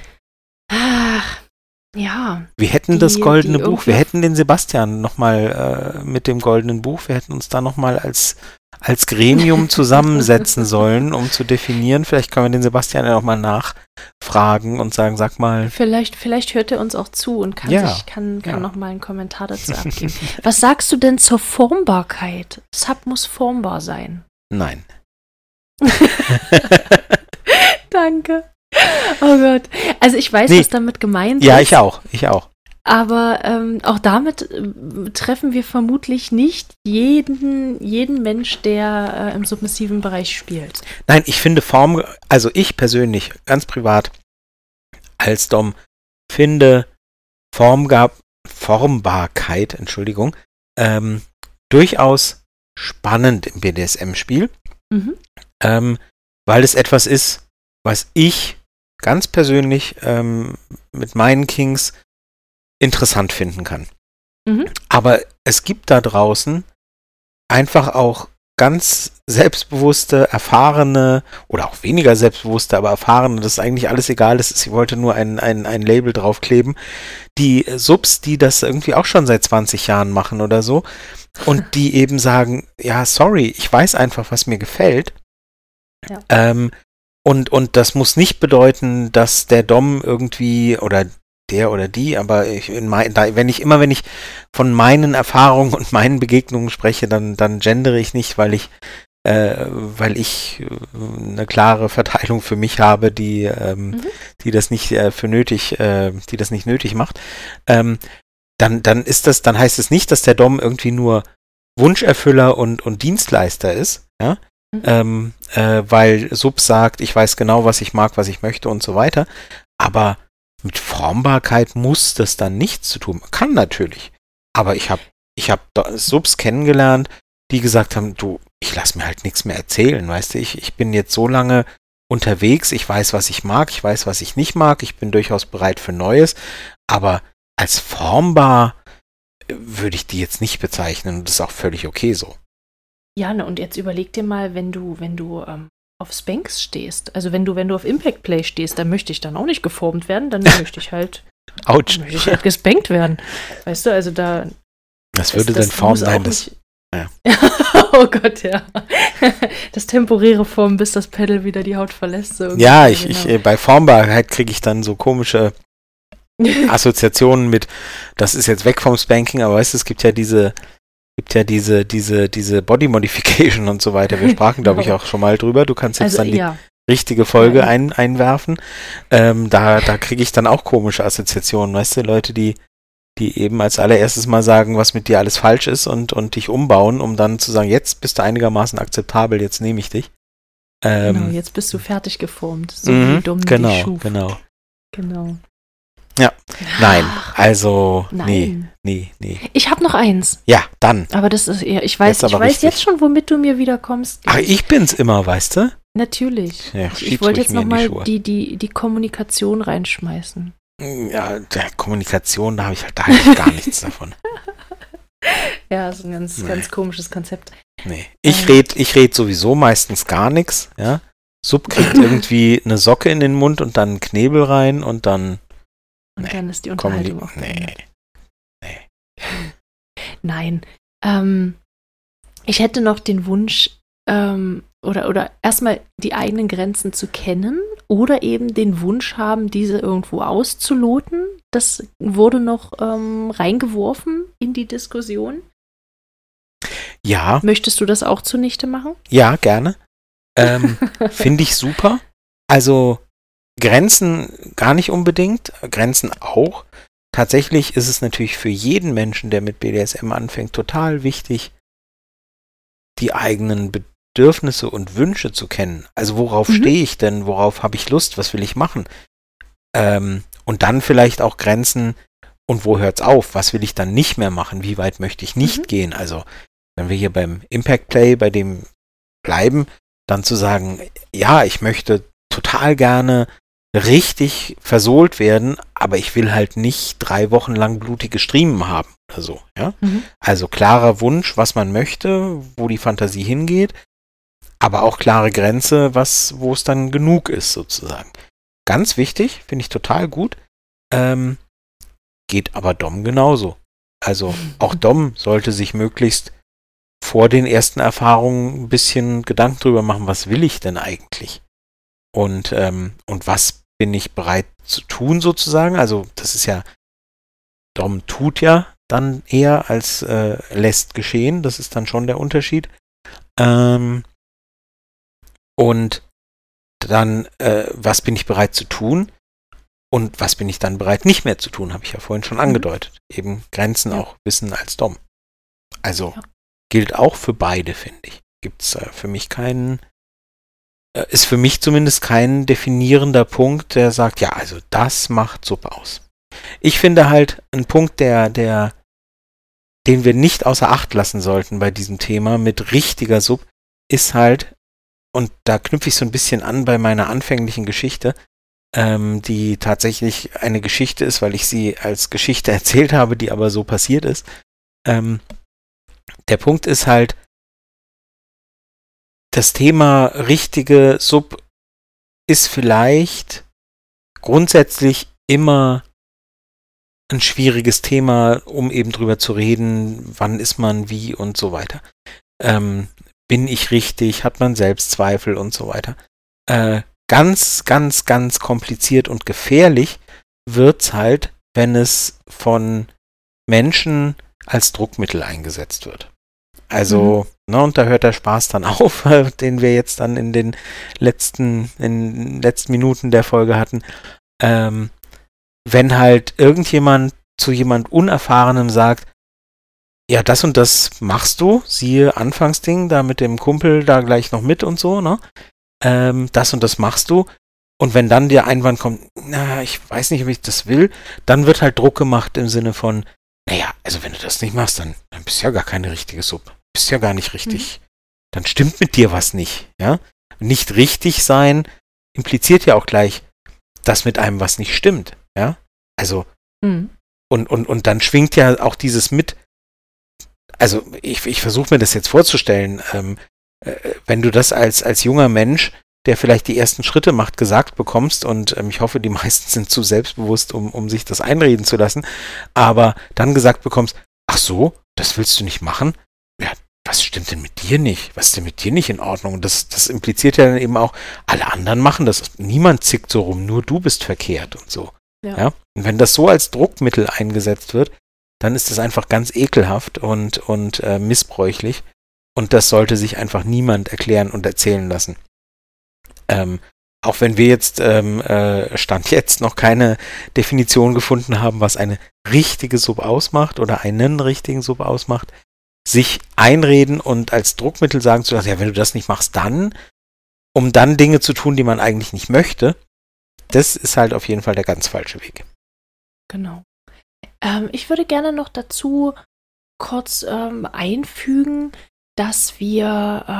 wir hätten das goldene Buch, wir hätten den Sebastian nochmal mit dem goldenen Buch, wir hätten uns da nochmal als Gremium zusammensetzen sollen, um zu definieren, vielleicht können wir den Sebastian ja nochmal fragen und sagen, sag mal. Vielleicht hört er uns auch zu und kann noch mal einen Kommentar dazu abgeben. Was sagst du denn zur Formbarkeit? Sub muss formbar sein. Nein. Danke. Oh Gott. Also ich weiß, was damit gemeint ist. Ja, ich auch. Aber auch damit treffen wir vermutlich nicht jeden Mensch, der im submissiven Bereich spielt. Nein, ich finde also ich persönlich, ganz privat, als Dom, finde Formbarkeit, durchaus spannend im BDSM-Spiel, weil es etwas ist, was ich ganz persönlich mit meinen Kings interessant finden kann. Aber es gibt da draußen einfach auch ganz selbstbewusste, erfahrene oder auch weniger selbstbewusste, aber erfahrene, das ist eigentlich alles egal, ich wollte nur ein Label draufkleben, die Subs, die das irgendwie auch schon seit 20 Jahren machen oder so und die eben sagen, ja, sorry, ich weiß einfach, was mir gefällt. Ja. Und das muss nicht bedeuten, dass der Dom irgendwie oder der oder die, aber wenn ich von meinen Erfahrungen und meinen Begegnungen spreche, dann gendere ich nicht, weil ich eine klare Verteilung für mich habe, die das nicht die das nicht nötig macht. Dann heißt es nicht, dass der Dom irgendwie nur Wunscherfüller und Dienstleister ist, ja. Weil Sub sagt, ich weiß genau, was ich mag, was ich möchte und so weiter, aber mit Formbarkeit muss das dann nichts zu tun. Kann natürlich. Aber ich hab Subs kennengelernt, die gesagt haben, du, ich lass mir halt nichts mehr erzählen, weißt du, ich bin jetzt so lange unterwegs, ich weiß, was ich mag, ich weiß, was ich nicht mag, ich bin durchaus bereit für Neues, aber als formbar würde ich die jetzt nicht bezeichnen und das ist auch völlig okay so. Ja, ne, und jetzt überleg dir mal, wenn du auf Spanx stehst, also wenn du auf Impact Play stehst, dann möchte ich dann auch nicht geformt werden, dann möchte ich halt gespankt werden. Weißt du, also da... Was würde denn Form sein? Ja. Oh Gott, ja. Das temporäre Formen, bis das Pedal wieder die Haut verlässt. So ja, bei Formbarkeit kriege ich dann so komische Assoziationen mit, das ist jetzt weg vom Spanking, aber weißt du, es gibt ja diese Body Modification und so weiter. Wir sprachen, glaube ich, auch schon mal drüber. Du kannst jetzt die richtige Folge einwerfen. Da kriege ich dann auch komische Assoziationen, weißt du, Leute, die eben als allererstes mal sagen, was mit dir alles falsch ist und dich umbauen, um dann zu sagen, jetzt bist du einigermaßen akzeptabel, jetzt nehme ich dich. Genau, jetzt bist du fertig geformt. So wie dumm dich schuf. Genau. Ja, nein. Nee. Ich habe noch eins. Ja, dann. Aber das ist eher, ich weiß jetzt schon, womit du mir wieder kommst. Ach, ich bin's immer, weißt du? Natürlich. Ja, ich wollte jetzt nochmal die Kommunikation reinschmeißen. Ja, der Kommunikation, da habe ich gar nichts davon. Ja, ist ein ganz komisches Konzept. Nee. Ich red sowieso meistens gar nichts, ja. Sub kriegt irgendwie eine Socke in den Mund und dann einen Knebel rein und dann dann ist die Unterhaltung auch Nee. Nein. Ich hätte noch den Wunsch, oder erstmal die eigenen Grenzen zu kennen oder eben den Wunsch haben, diese irgendwo auszuloten. Das wurde noch reingeworfen in die Diskussion. Ja. Möchtest du das auch zunichte machen? Ja, gerne. Finde ich super. Also Grenzen gar nicht unbedingt, Grenzen auch. Tatsächlich ist es natürlich für jeden Menschen, der mit BDSM anfängt, total wichtig, die eigenen Bedürfnisse und Wünsche zu kennen. Also worauf stehe ich denn? Worauf habe ich Lust? Was will ich machen? Und dann vielleicht auch Grenzen und wo hört's auf? Was will ich dann nicht mehr machen? Wie weit möchte ich nicht gehen? Also wenn wir hier beim Impact Play, bei dem bleiben, dann zu sagen, ja, ich möchte total gerne richtig versohlt werden, aber ich will halt nicht 3 Wochen lang blutige Striemen haben oder so, ja. Also klarer Wunsch, was man möchte, wo die Fantasie hingeht, aber auch klare Grenze, wo es dann genug ist, sozusagen. Ganz wichtig, finde ich total gut, geht aber Dom genauso. Also auch Dom sollte sich möglichst vor den ersten Erfahrungen ein bisschen Gedanken drüber machen, was will ich denn eigentlich? Und was bin ich bereit zu tun sozusagen. Also das ist ja, Dom tut ja dann eher als lässt geschehen. Das ist dann schon der Unterschied. Und dann, was bin ich bereit zu tun? Und was bin ich dann bereit nicht mehr zu tun, habe ich ja vorhin schon angedeutet. Eben Grenzen auch wissen als Dom. Also gilt auch für beide, finde ich. Gibt's für mich keinen, ist für mich zumindest kein definierender Punkt, der sagt, ja, also das macht Sub aus. Ich finde halt, ein Punkt, den wir nicht außer Acht lassen sollten bei diesem Thema mit richtiger Sub, ist halt, und da knüpfe ich so ein bisschen an bei meiner anfänglichen Geschichte, die tatsächlich eine Geschichte ist, weil ich sie als Geschichte erzählt habe, die aber so passiert ist. Der Punkt ist halt, das Thema richtige Sub ist vielleicht grundsätzlich immer ein schwieriges Thema, um eben drüber zu reden, wann ist man wie und so weiter. Bin ich richtig? Hat man Selbstzweifel und so weiter? Ganz, ganz, ganz kompliziert und gefährlich wird's halt, wenn es von Menschen als Druckmittel eingesetzt wird. Also, und da hört der Spaß dann auf, den wir jetzt dann in den letzten Minuten der Folge hatten. Wenn halt irgendjemand zu jemand Unerfahrenem sagt, ja, das und das machst du, siehe Anfangsding, da mit dem Kumpel da gleich noch mit und so, ne? Das und das machst du. Und wenn dann der Einwand kommt, na, ich weiß nicht, ob ich das will, dann wird halt Druck gemacht im Sinne von, naja, also wenn du das nicht machst, dann bist du ja gar keine richtige Sub. Bist ja gar nicht richtig. Dann stimmt mit dir was nicht, ja? Nicht richtig sein impliziert ja auch gleich, dass mit einem was nicht stimmt, ja? Also, und dann schwingt ja auch dieses mit, also ich versuche mir das jetzt vorzustellen, wenn du das als junger Mensch, der vielleicht die ersten Schritte macht, gesagt bekommst, und ich hoffe, die meisten sind zu selbstbewusst, um sich das einreden zu lassen, aber dann gesagt bekommst, ach so, das willst du nicht machen? Ja, was stimmt denn mit dir nicht? Was ist denn mit dir nicht in Ordnung? Und das impliziert ja dann eben auch, alle anderen machen das, niemand zickt so rum, nur du bist verkehrt und so. Ja? Und wenn das so als Druckmittel eingesetzt wird, dann ist das einfach ganz ekelhaft und missbräuchlich. Und das sollte sich einfach niemand erklären und erzählen lassen. Auch wenn wir jetzt Stand jetzt noch keine Definition gefunden haben, was eine richtige Sub ausmacht oder einen richtigen Sub ausmacht, sich einreden und als Druckmittel sagen zu lassen, ja, wenn du das nicht machst, dann, um dann Dinge zu tun, die man eigentlich nicht möchte, das ist halt auf jeden Fall der ganz falsche Weg. Genau. Ich würde gerne noch dazu kurz einfügen, dass wir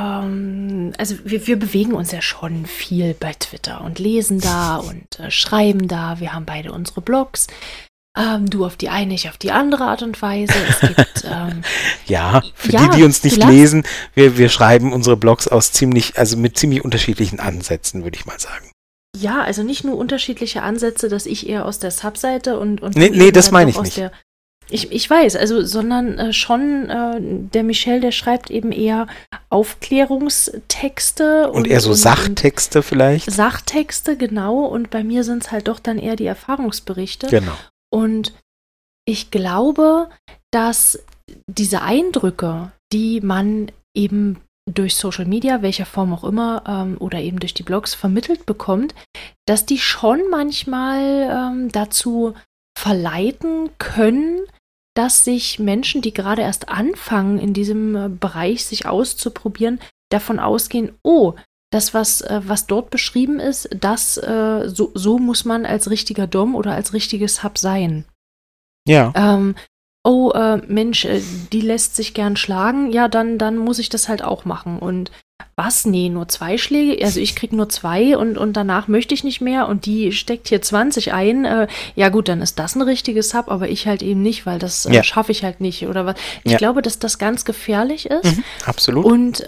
bewegen uns ja schon viel bei Twitter und lesen da und schreiben da. Wir haben beide unsere Blogs. Du auf die eine, ich auf die andere Art und Weise. Es gibt die uns nicht lesen, wir schreiben unsere Blogs mit ziemlich unterschiedlichen Ansätzen, würde ich mal sagen. Ja, also nicht nur unterschiedliche Ansätze, dass ich eher aus der Subseite und nee, das meine ich nicht. Ich weiß, also, sondern schon der Michel, der schreibt eben eher Aufklärungstexte. Und eher so Sachtexte vielleicht? Sachtexte, genau. Und bei mir sind es halt doch dann eher die Erfahrungsberichte. Genau. Und ich glaube, dass diese Eindrücke, die man eben durch Social Media, welcher Form auch immer, oder eben durch die Blogs vermittelt bekommt, dass die schon manchmal dazu verleiten können, dass sich Menschen, die gerade erst anfangen, in diesem Bereich sich auszuprobieren, davon ausgehen, oh, das, was dort beschrieben ist, so muss man als richtiger Dom oder als richtiges Sub sein. Ja. Mensch, die lässt sich gern schlagen, ja, dann muss ich das halt auch machen. Und was? Nee, nur 2 Schläge? Also ich krieg nur 2 und danach möchte ich nicht mehr und die steckt hier 20 ein. Ja gut, dann ist das ein richtiges Sub, aber ich halt eben nicht, weil das schaffe ich halt nicht oder was. Ich glaube, dass das ganz gefährlich ist. Absolut. Und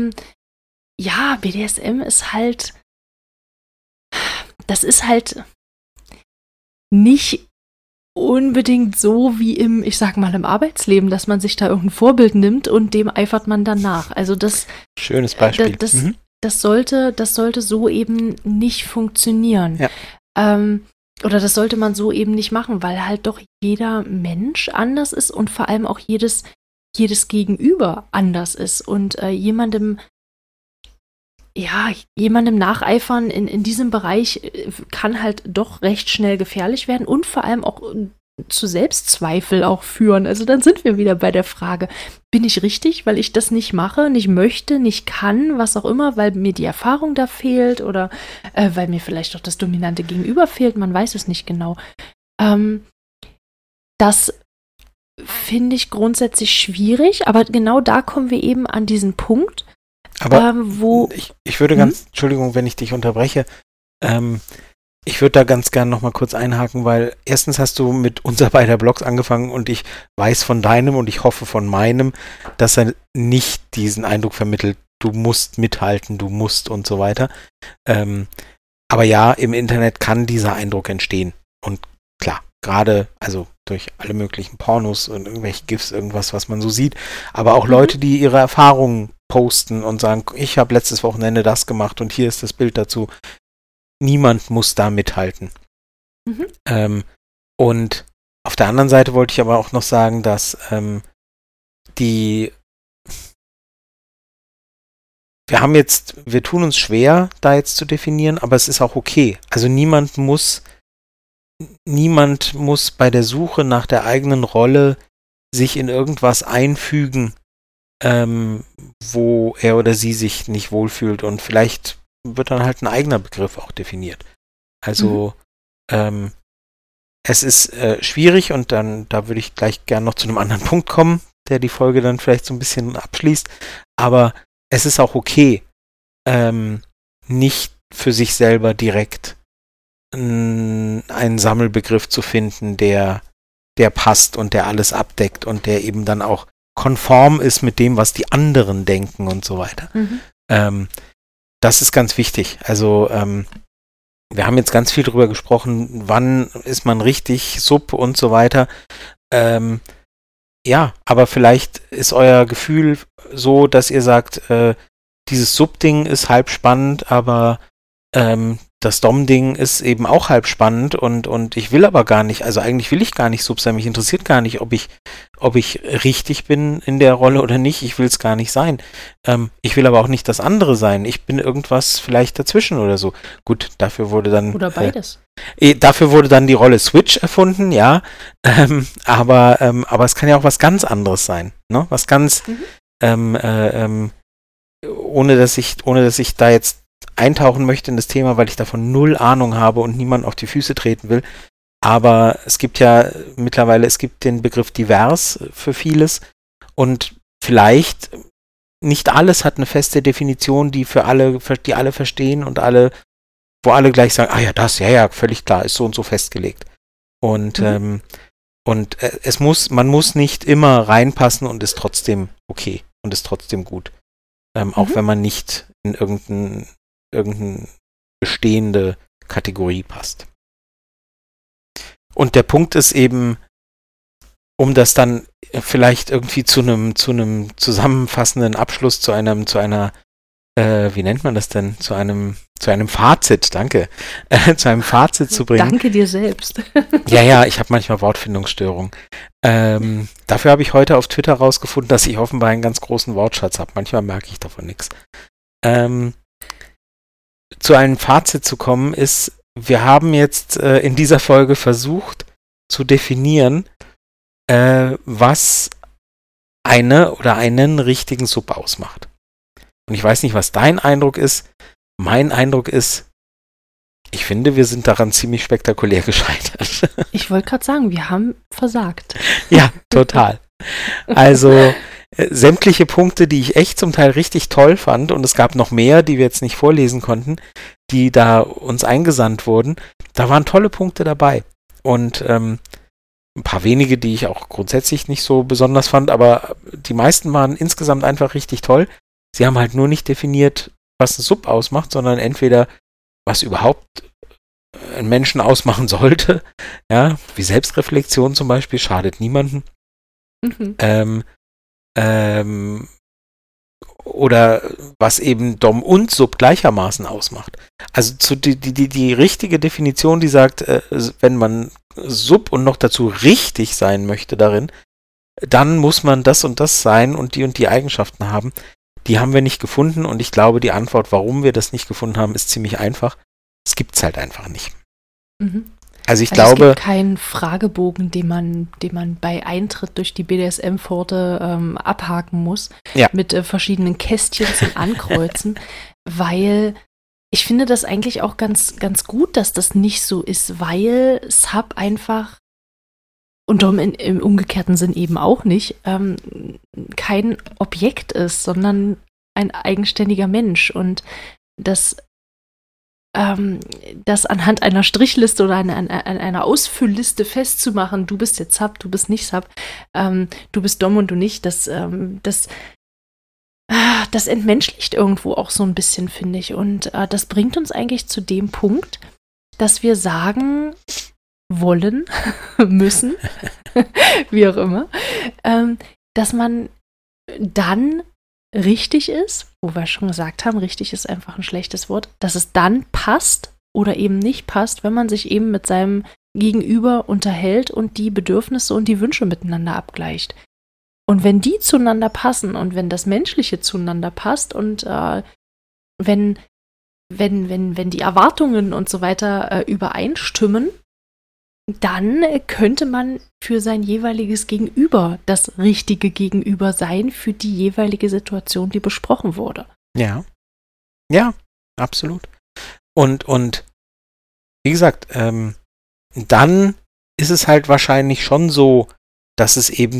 BDSM ist halt, das ist halt nicht unbedingt so wie im Arbeitsleben, dass man sich da irgendein Vorbild nimmt und dem eifert man dann nach. Also das schönes Beispiel. Das sollte so eben nicht funktionieren. Ja. Oder das sollte man so eben nicht machen, weil halt doch jeder Mensch anders ist und vor allem auch jedes Gegenüber anders ist. Und jemandem nacheifern in diesem Bereich kann halt doch recht schnell gefährlich werden und vor allem auch zu Selbstzweifel auch führen. Also dann sind wir wieder bei der Frage, bin ich richtig, weil ich das nicht mache, nicht möchte, nicht kann, was auch immer, weil mir die Erfahrung da fehlt oder weil mir vielleicht auch das dominante Gegenüber fehlt, man weiß es nicht genau. Das finde ich grundsätzlich schwierig, aber genau da kommen wir eben an diesen Punkt, Aber wo... ich würde Entschuldigung, wenn ich dich unterbreche, ich würde da ganz gern nochmal kurz einhaken, weil erstens hast du mit unser beider Blogs angefangen und ich weiß von deinem und ich hoffe von meinem, dass er nicht diesen Eindruck vermittelt, du musst mithalten, du musst und so weiter. Aber ja, im Internet kann dieser Eindruck entstehen. Und klar, gerade also durch alle möglichen Pornos und irgendwelche GIFs, irgendwas, was man so sieht, aber auch Leute, die ihre Erfahrungen posten und sagen, ich habe letztes Wochenende das gemacht und hier ist das Bild dazu. Niemand muss da mithalten. Und auf der anderen Seite wollte ich aber auch noch sagen, dass wir tun uns schwer, da jetzt zu definieren, aber es ist auch okay. Also niemand muss bei der Suche nach der eigenen Rolle sich in irgendwas einfügen, wo er oder sie sich nicht wohlfühlt und vielleicht wird dann halt ein eigener Begriff auch definiert. Also es ist schwierig und dann, da würde ich gleich gern noch zu einem anderen Punkt kommen, der die Folge dann vielleicht so ein bisschen abschließt, aber es ist auch okay, nicht für sich selber direkt einen Sammelbegriff zu finden, der passt und der alles abdeckt und der eben dann auch konform ist mit dem, was die anderen denken und so weiter. Das ist ganz wichtig. Also wir haben jetzt ganz viel drüber gesprochen, wann ist man richtig, Sub und so weiter. Ja, aber vielleicht ist euer Gefühl so, dass ihr sagt, dieses Sub-Ding ist halb spannend, aber das Dom-Ding ist eben auch halb spannend und ich will aber gar nicht, also eigentlich will ich gar nicht Sub sein, mich interessiert gar nicht, ob ich richtig bin in der Rolle oder nicht, ich will es gar nicht sein. Ich will aber auch nicht das andere sein, ich bin irgendwas vielleicht dazwischen oder so. Gut, dafür wurde dann... Oder beides. Dafür wurde dann die Rolle Switch erfunden, ja, aber es kann ja auch was ganz anderes sein, ne? Was ganz, ohne dass ich da jetzt eintauchen möchte in das Thema, weil ich davon null Ahnung habe und niemand auf die Füße treten will. Aber es gibt ja mittlerweile, den Begriff divers für vieles und vielleicht nicht alles hat eine feste Definition, die alle verstehen und wo alle gleich sagen, ah ja, das, ja, völlig klar, ist so und so festgelegt. Und man muss nicht immer reinpassen und ist trotzdem okay und ist trotzdem gut. Auch wenn man nicht in irgendeine bestehende Kategorie passt. Und der Punkt ist eben, um das dann vielleicht irgendwie zu einem zusammenfassenden Abschluss, zu einer wie nennt man das denn? Zu einem Fazit, danke. Zu einem Fazit zu bringen. Danke dir selbst. Ja, ich habe manchmal Wortfindungsstörungen. Dafür habe ich heute auf Twitter rausgefunden, dass ich offenbar einen ganz großen Wortschatz habe. Manchmal merke ich davon nichts. Zu einem Fazit zu kommen ist, wir haben jetzt in dieser Folge versucht zu definieren, was eine oder einen richtigen Sub ausmacht. Und ich weiß nicht, was dein Eindruck ist. Mein Eindruck ist, ich finde, wir sind daran ziemlich spektakulär gescheitert. Ich wollte gerade sagen, wir haben versagt. Ja, total. Also sämtliche Punkte, die ich echt zum Teil richtig toll fand, und es gab noch mehr, die wir jetzt nicht vorlesen konnten, die da uns eingesandt wurden, da waren tolle Punkte dabei. Und ein paar wenige, die ich auch grundsätzlich nicht so besonders fand, aber die meisten waren insgesamt einfach richtig toll. Sie haben halt nur nicht definiert, was ein Sub ausmacht, sondern entweder, was überhaupt einen Menschen ausmachen sollte, ja, wie Selbstreflexion zum Beispiel, schadet niemandem. Oder was eben Dom und Sub gleichermaßen ausmacht. Also die richtige Definition, die sagt, wenn man sub und noch dazu richtig sein möchte darin, dann muss man das und das sein und die Eigenschaften haben. Die haben wir nicht gefunden und ich glaube, die Antwort, warum wir das nicht gefunden haben, ist ziemlich einfach. Es gibt's halt einfach nicht. Mhm. Also ich Es glaube, gibt keinen Fragebogen, den man bei Eintritt durch die BDSM-Pforte abhaken muss, Ja. mit verschiedenen Kästchen zum Ankreuzen, weil ich finde das eigentlich auch ganz, ganz gut, dass das nicht so ist, weil Sub einfach und im umgekehrten Sinn eben auch nicht, kein Objekt ist, sondern ein eigenständiger Mensch und das anhand einer Strichliste oder einer Ausfüllliste festzumachen, du bist jetzt Sub, du bist nicht Sub, du bist Dom und du nicht, das entmenschlicht irgendwo auch so ein bisschen, finde ich. Und das bringt uns eigentlich zu dem Punkt, dass wir sagen wollen, müssen, wie auch immer, dass man dann richtig ist, wo wir schon gesagt haben, richtig ist einfach ein schlechtes Wort, dass es dann passt oder eben nicht passt, wenn man sich eben mit seinem Gegenüber unterhält und die Bedürfnisse und die Wünsche miteinander abgleicht. Und wenn die zueinander passen und wenn das Menschliche zueinander passt und wenn die Erwartungen und so weiter übereinstimmen, dann könnte man für sein jeweiliges Gegenüber das richtige Gegenüber sein für die jeweilige Situation, die besprochen wurde. ja, absolut. Und wie gesagt, dann ist es halt wahrscheinlich schon so, dass es eben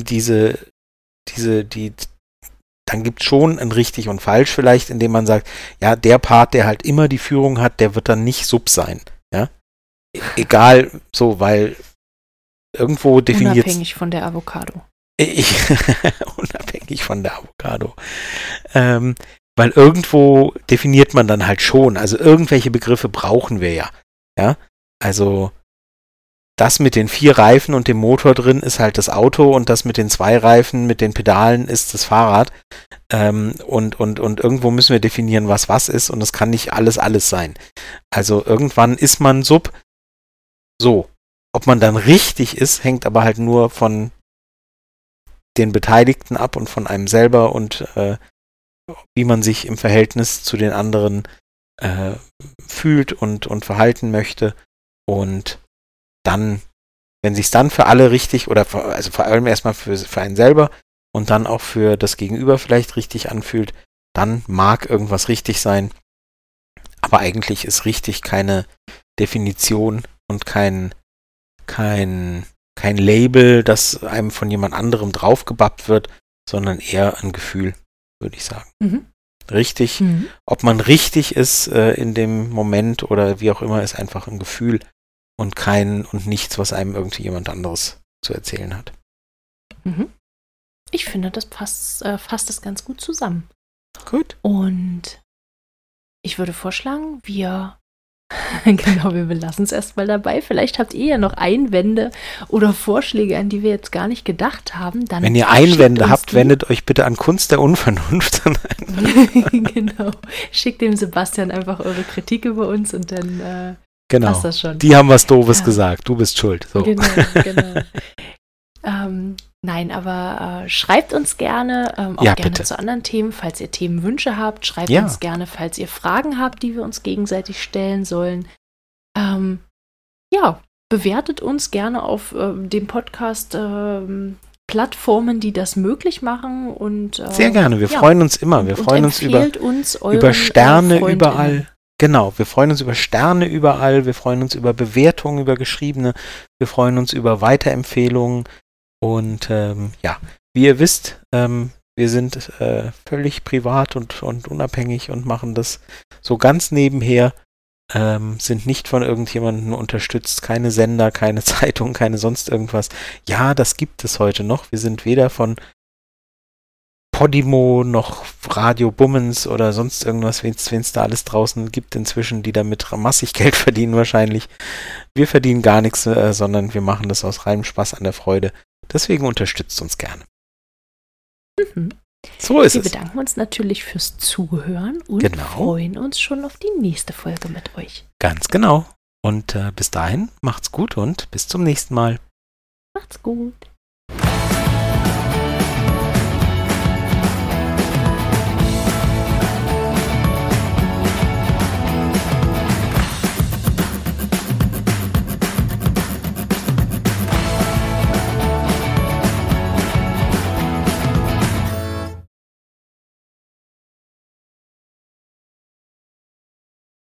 dann gibt es schon ein richtig und falsch vielleicht, indem man sagt, ja, der Part, der halt immer die Führung hat, der wird dann nicht Sub sein, ja. Egal, so, weil irgendwo definiert... Unabhängig von der Avocado. Unabhängig von der Avocado. Weil irgendwo definiert man dann halt schon, also irgendwelche Begriffe brauchen wir ja. Ja, also das mit den 4 Reifen und dem Motor drin ist halt das Auto und das mit den 2 Reifen, mit den Pedalen ist das Fahrrad. Und irgendwo müssen wir definieren, was ist und es kann nicht alles sein. Also irgendwann ist man Sub. So, ob man dann richtig ist, hängt aber halt nur von den Beteiligten ab und von einem selber und wie man sich im Verhältnis zu den anderen fühlt und verhalten möchte. Und dann, wenn sich dann für alle richtig oder also vor allem erstmal für einen selber und dann auch für das Gegenüber vielleicht richtig anfühlt, dann mag irgendwas richtig sein. Aber eigentlich ist richtig keine Definition und kein Label, das einem von jemand anderem draufgebappt wird, sondern eher ein Gefühl, würde ich sagen. Mhm. Richtig, ob man richtig ist in dem Moment oder wie auch immer, ist einfach ein Gefühl und nichts, was einem irgendwie jemand anderes zu erzählen hat. Mhm. Ich finde, das fasst es ganz gut zusammen. Gut. Und ich würde vorschlagen, wir belassen es erstmal dabei. Vielleicht habt ihr ja noch Einwände oder Vorschläge, an die wir jetzt gar nicht gedacht haben. Dann wenn ihr Einwände habt, wendet euch bitte an Kunst der Unvernunft. Genau. Schickt dem Sebastian einfach eure Kritik über uns und dann passt das schon. Die haben was Doofes gesagt. Du bist schuld. So. Genau. Nein, aber schreibt uns gerne, auch gerne bitte. zu anderen Themen, falls ihr Themenwünsche habt. Schreibt uns gerne, falls ihr Fragen habt, die wir uns gegenseitig stellen sollen. Bewertet uns gerne auf dem Podcast Plattformen, die das möglich machen. Und sehr gerne, wir freuen uns immer. Wir freuen uns über Sterne überall. Genau, wir freuen uns über Sterne überall. Wir freuen uns über Bewertungen, über geschriebene. Wir freuen uns über Weiterempfehlungen. Und wie ihr wisst, wir sind völlig privat und unabhängig und machen das so ganz nebenher, sind nicht von irgendjemandem unterstützt, keine Sender, keine Zeitung, keine sonst irgendwas. Ja, das gibt es heute noch. Wir sind weder von Podimo noch Radio Bummens oder sonst irgendwas, wenn es da alles draußen gibt inzwischen, die damit massig Geld verdienen wahrscheinlich. Wir verdienen gar nichts, sondern wir machen das aus reinem Spaß an der Freude. Deswegen unterstützt uns gerne. So ist Wir es. bedanken uns natürlich fürs Zuhören und Genau. freuen uns schon auf die nächste Folge mit euch. Ganz genau. Und bis dahin, macht's gut und bis zum nächsten Mal. Macht's gut.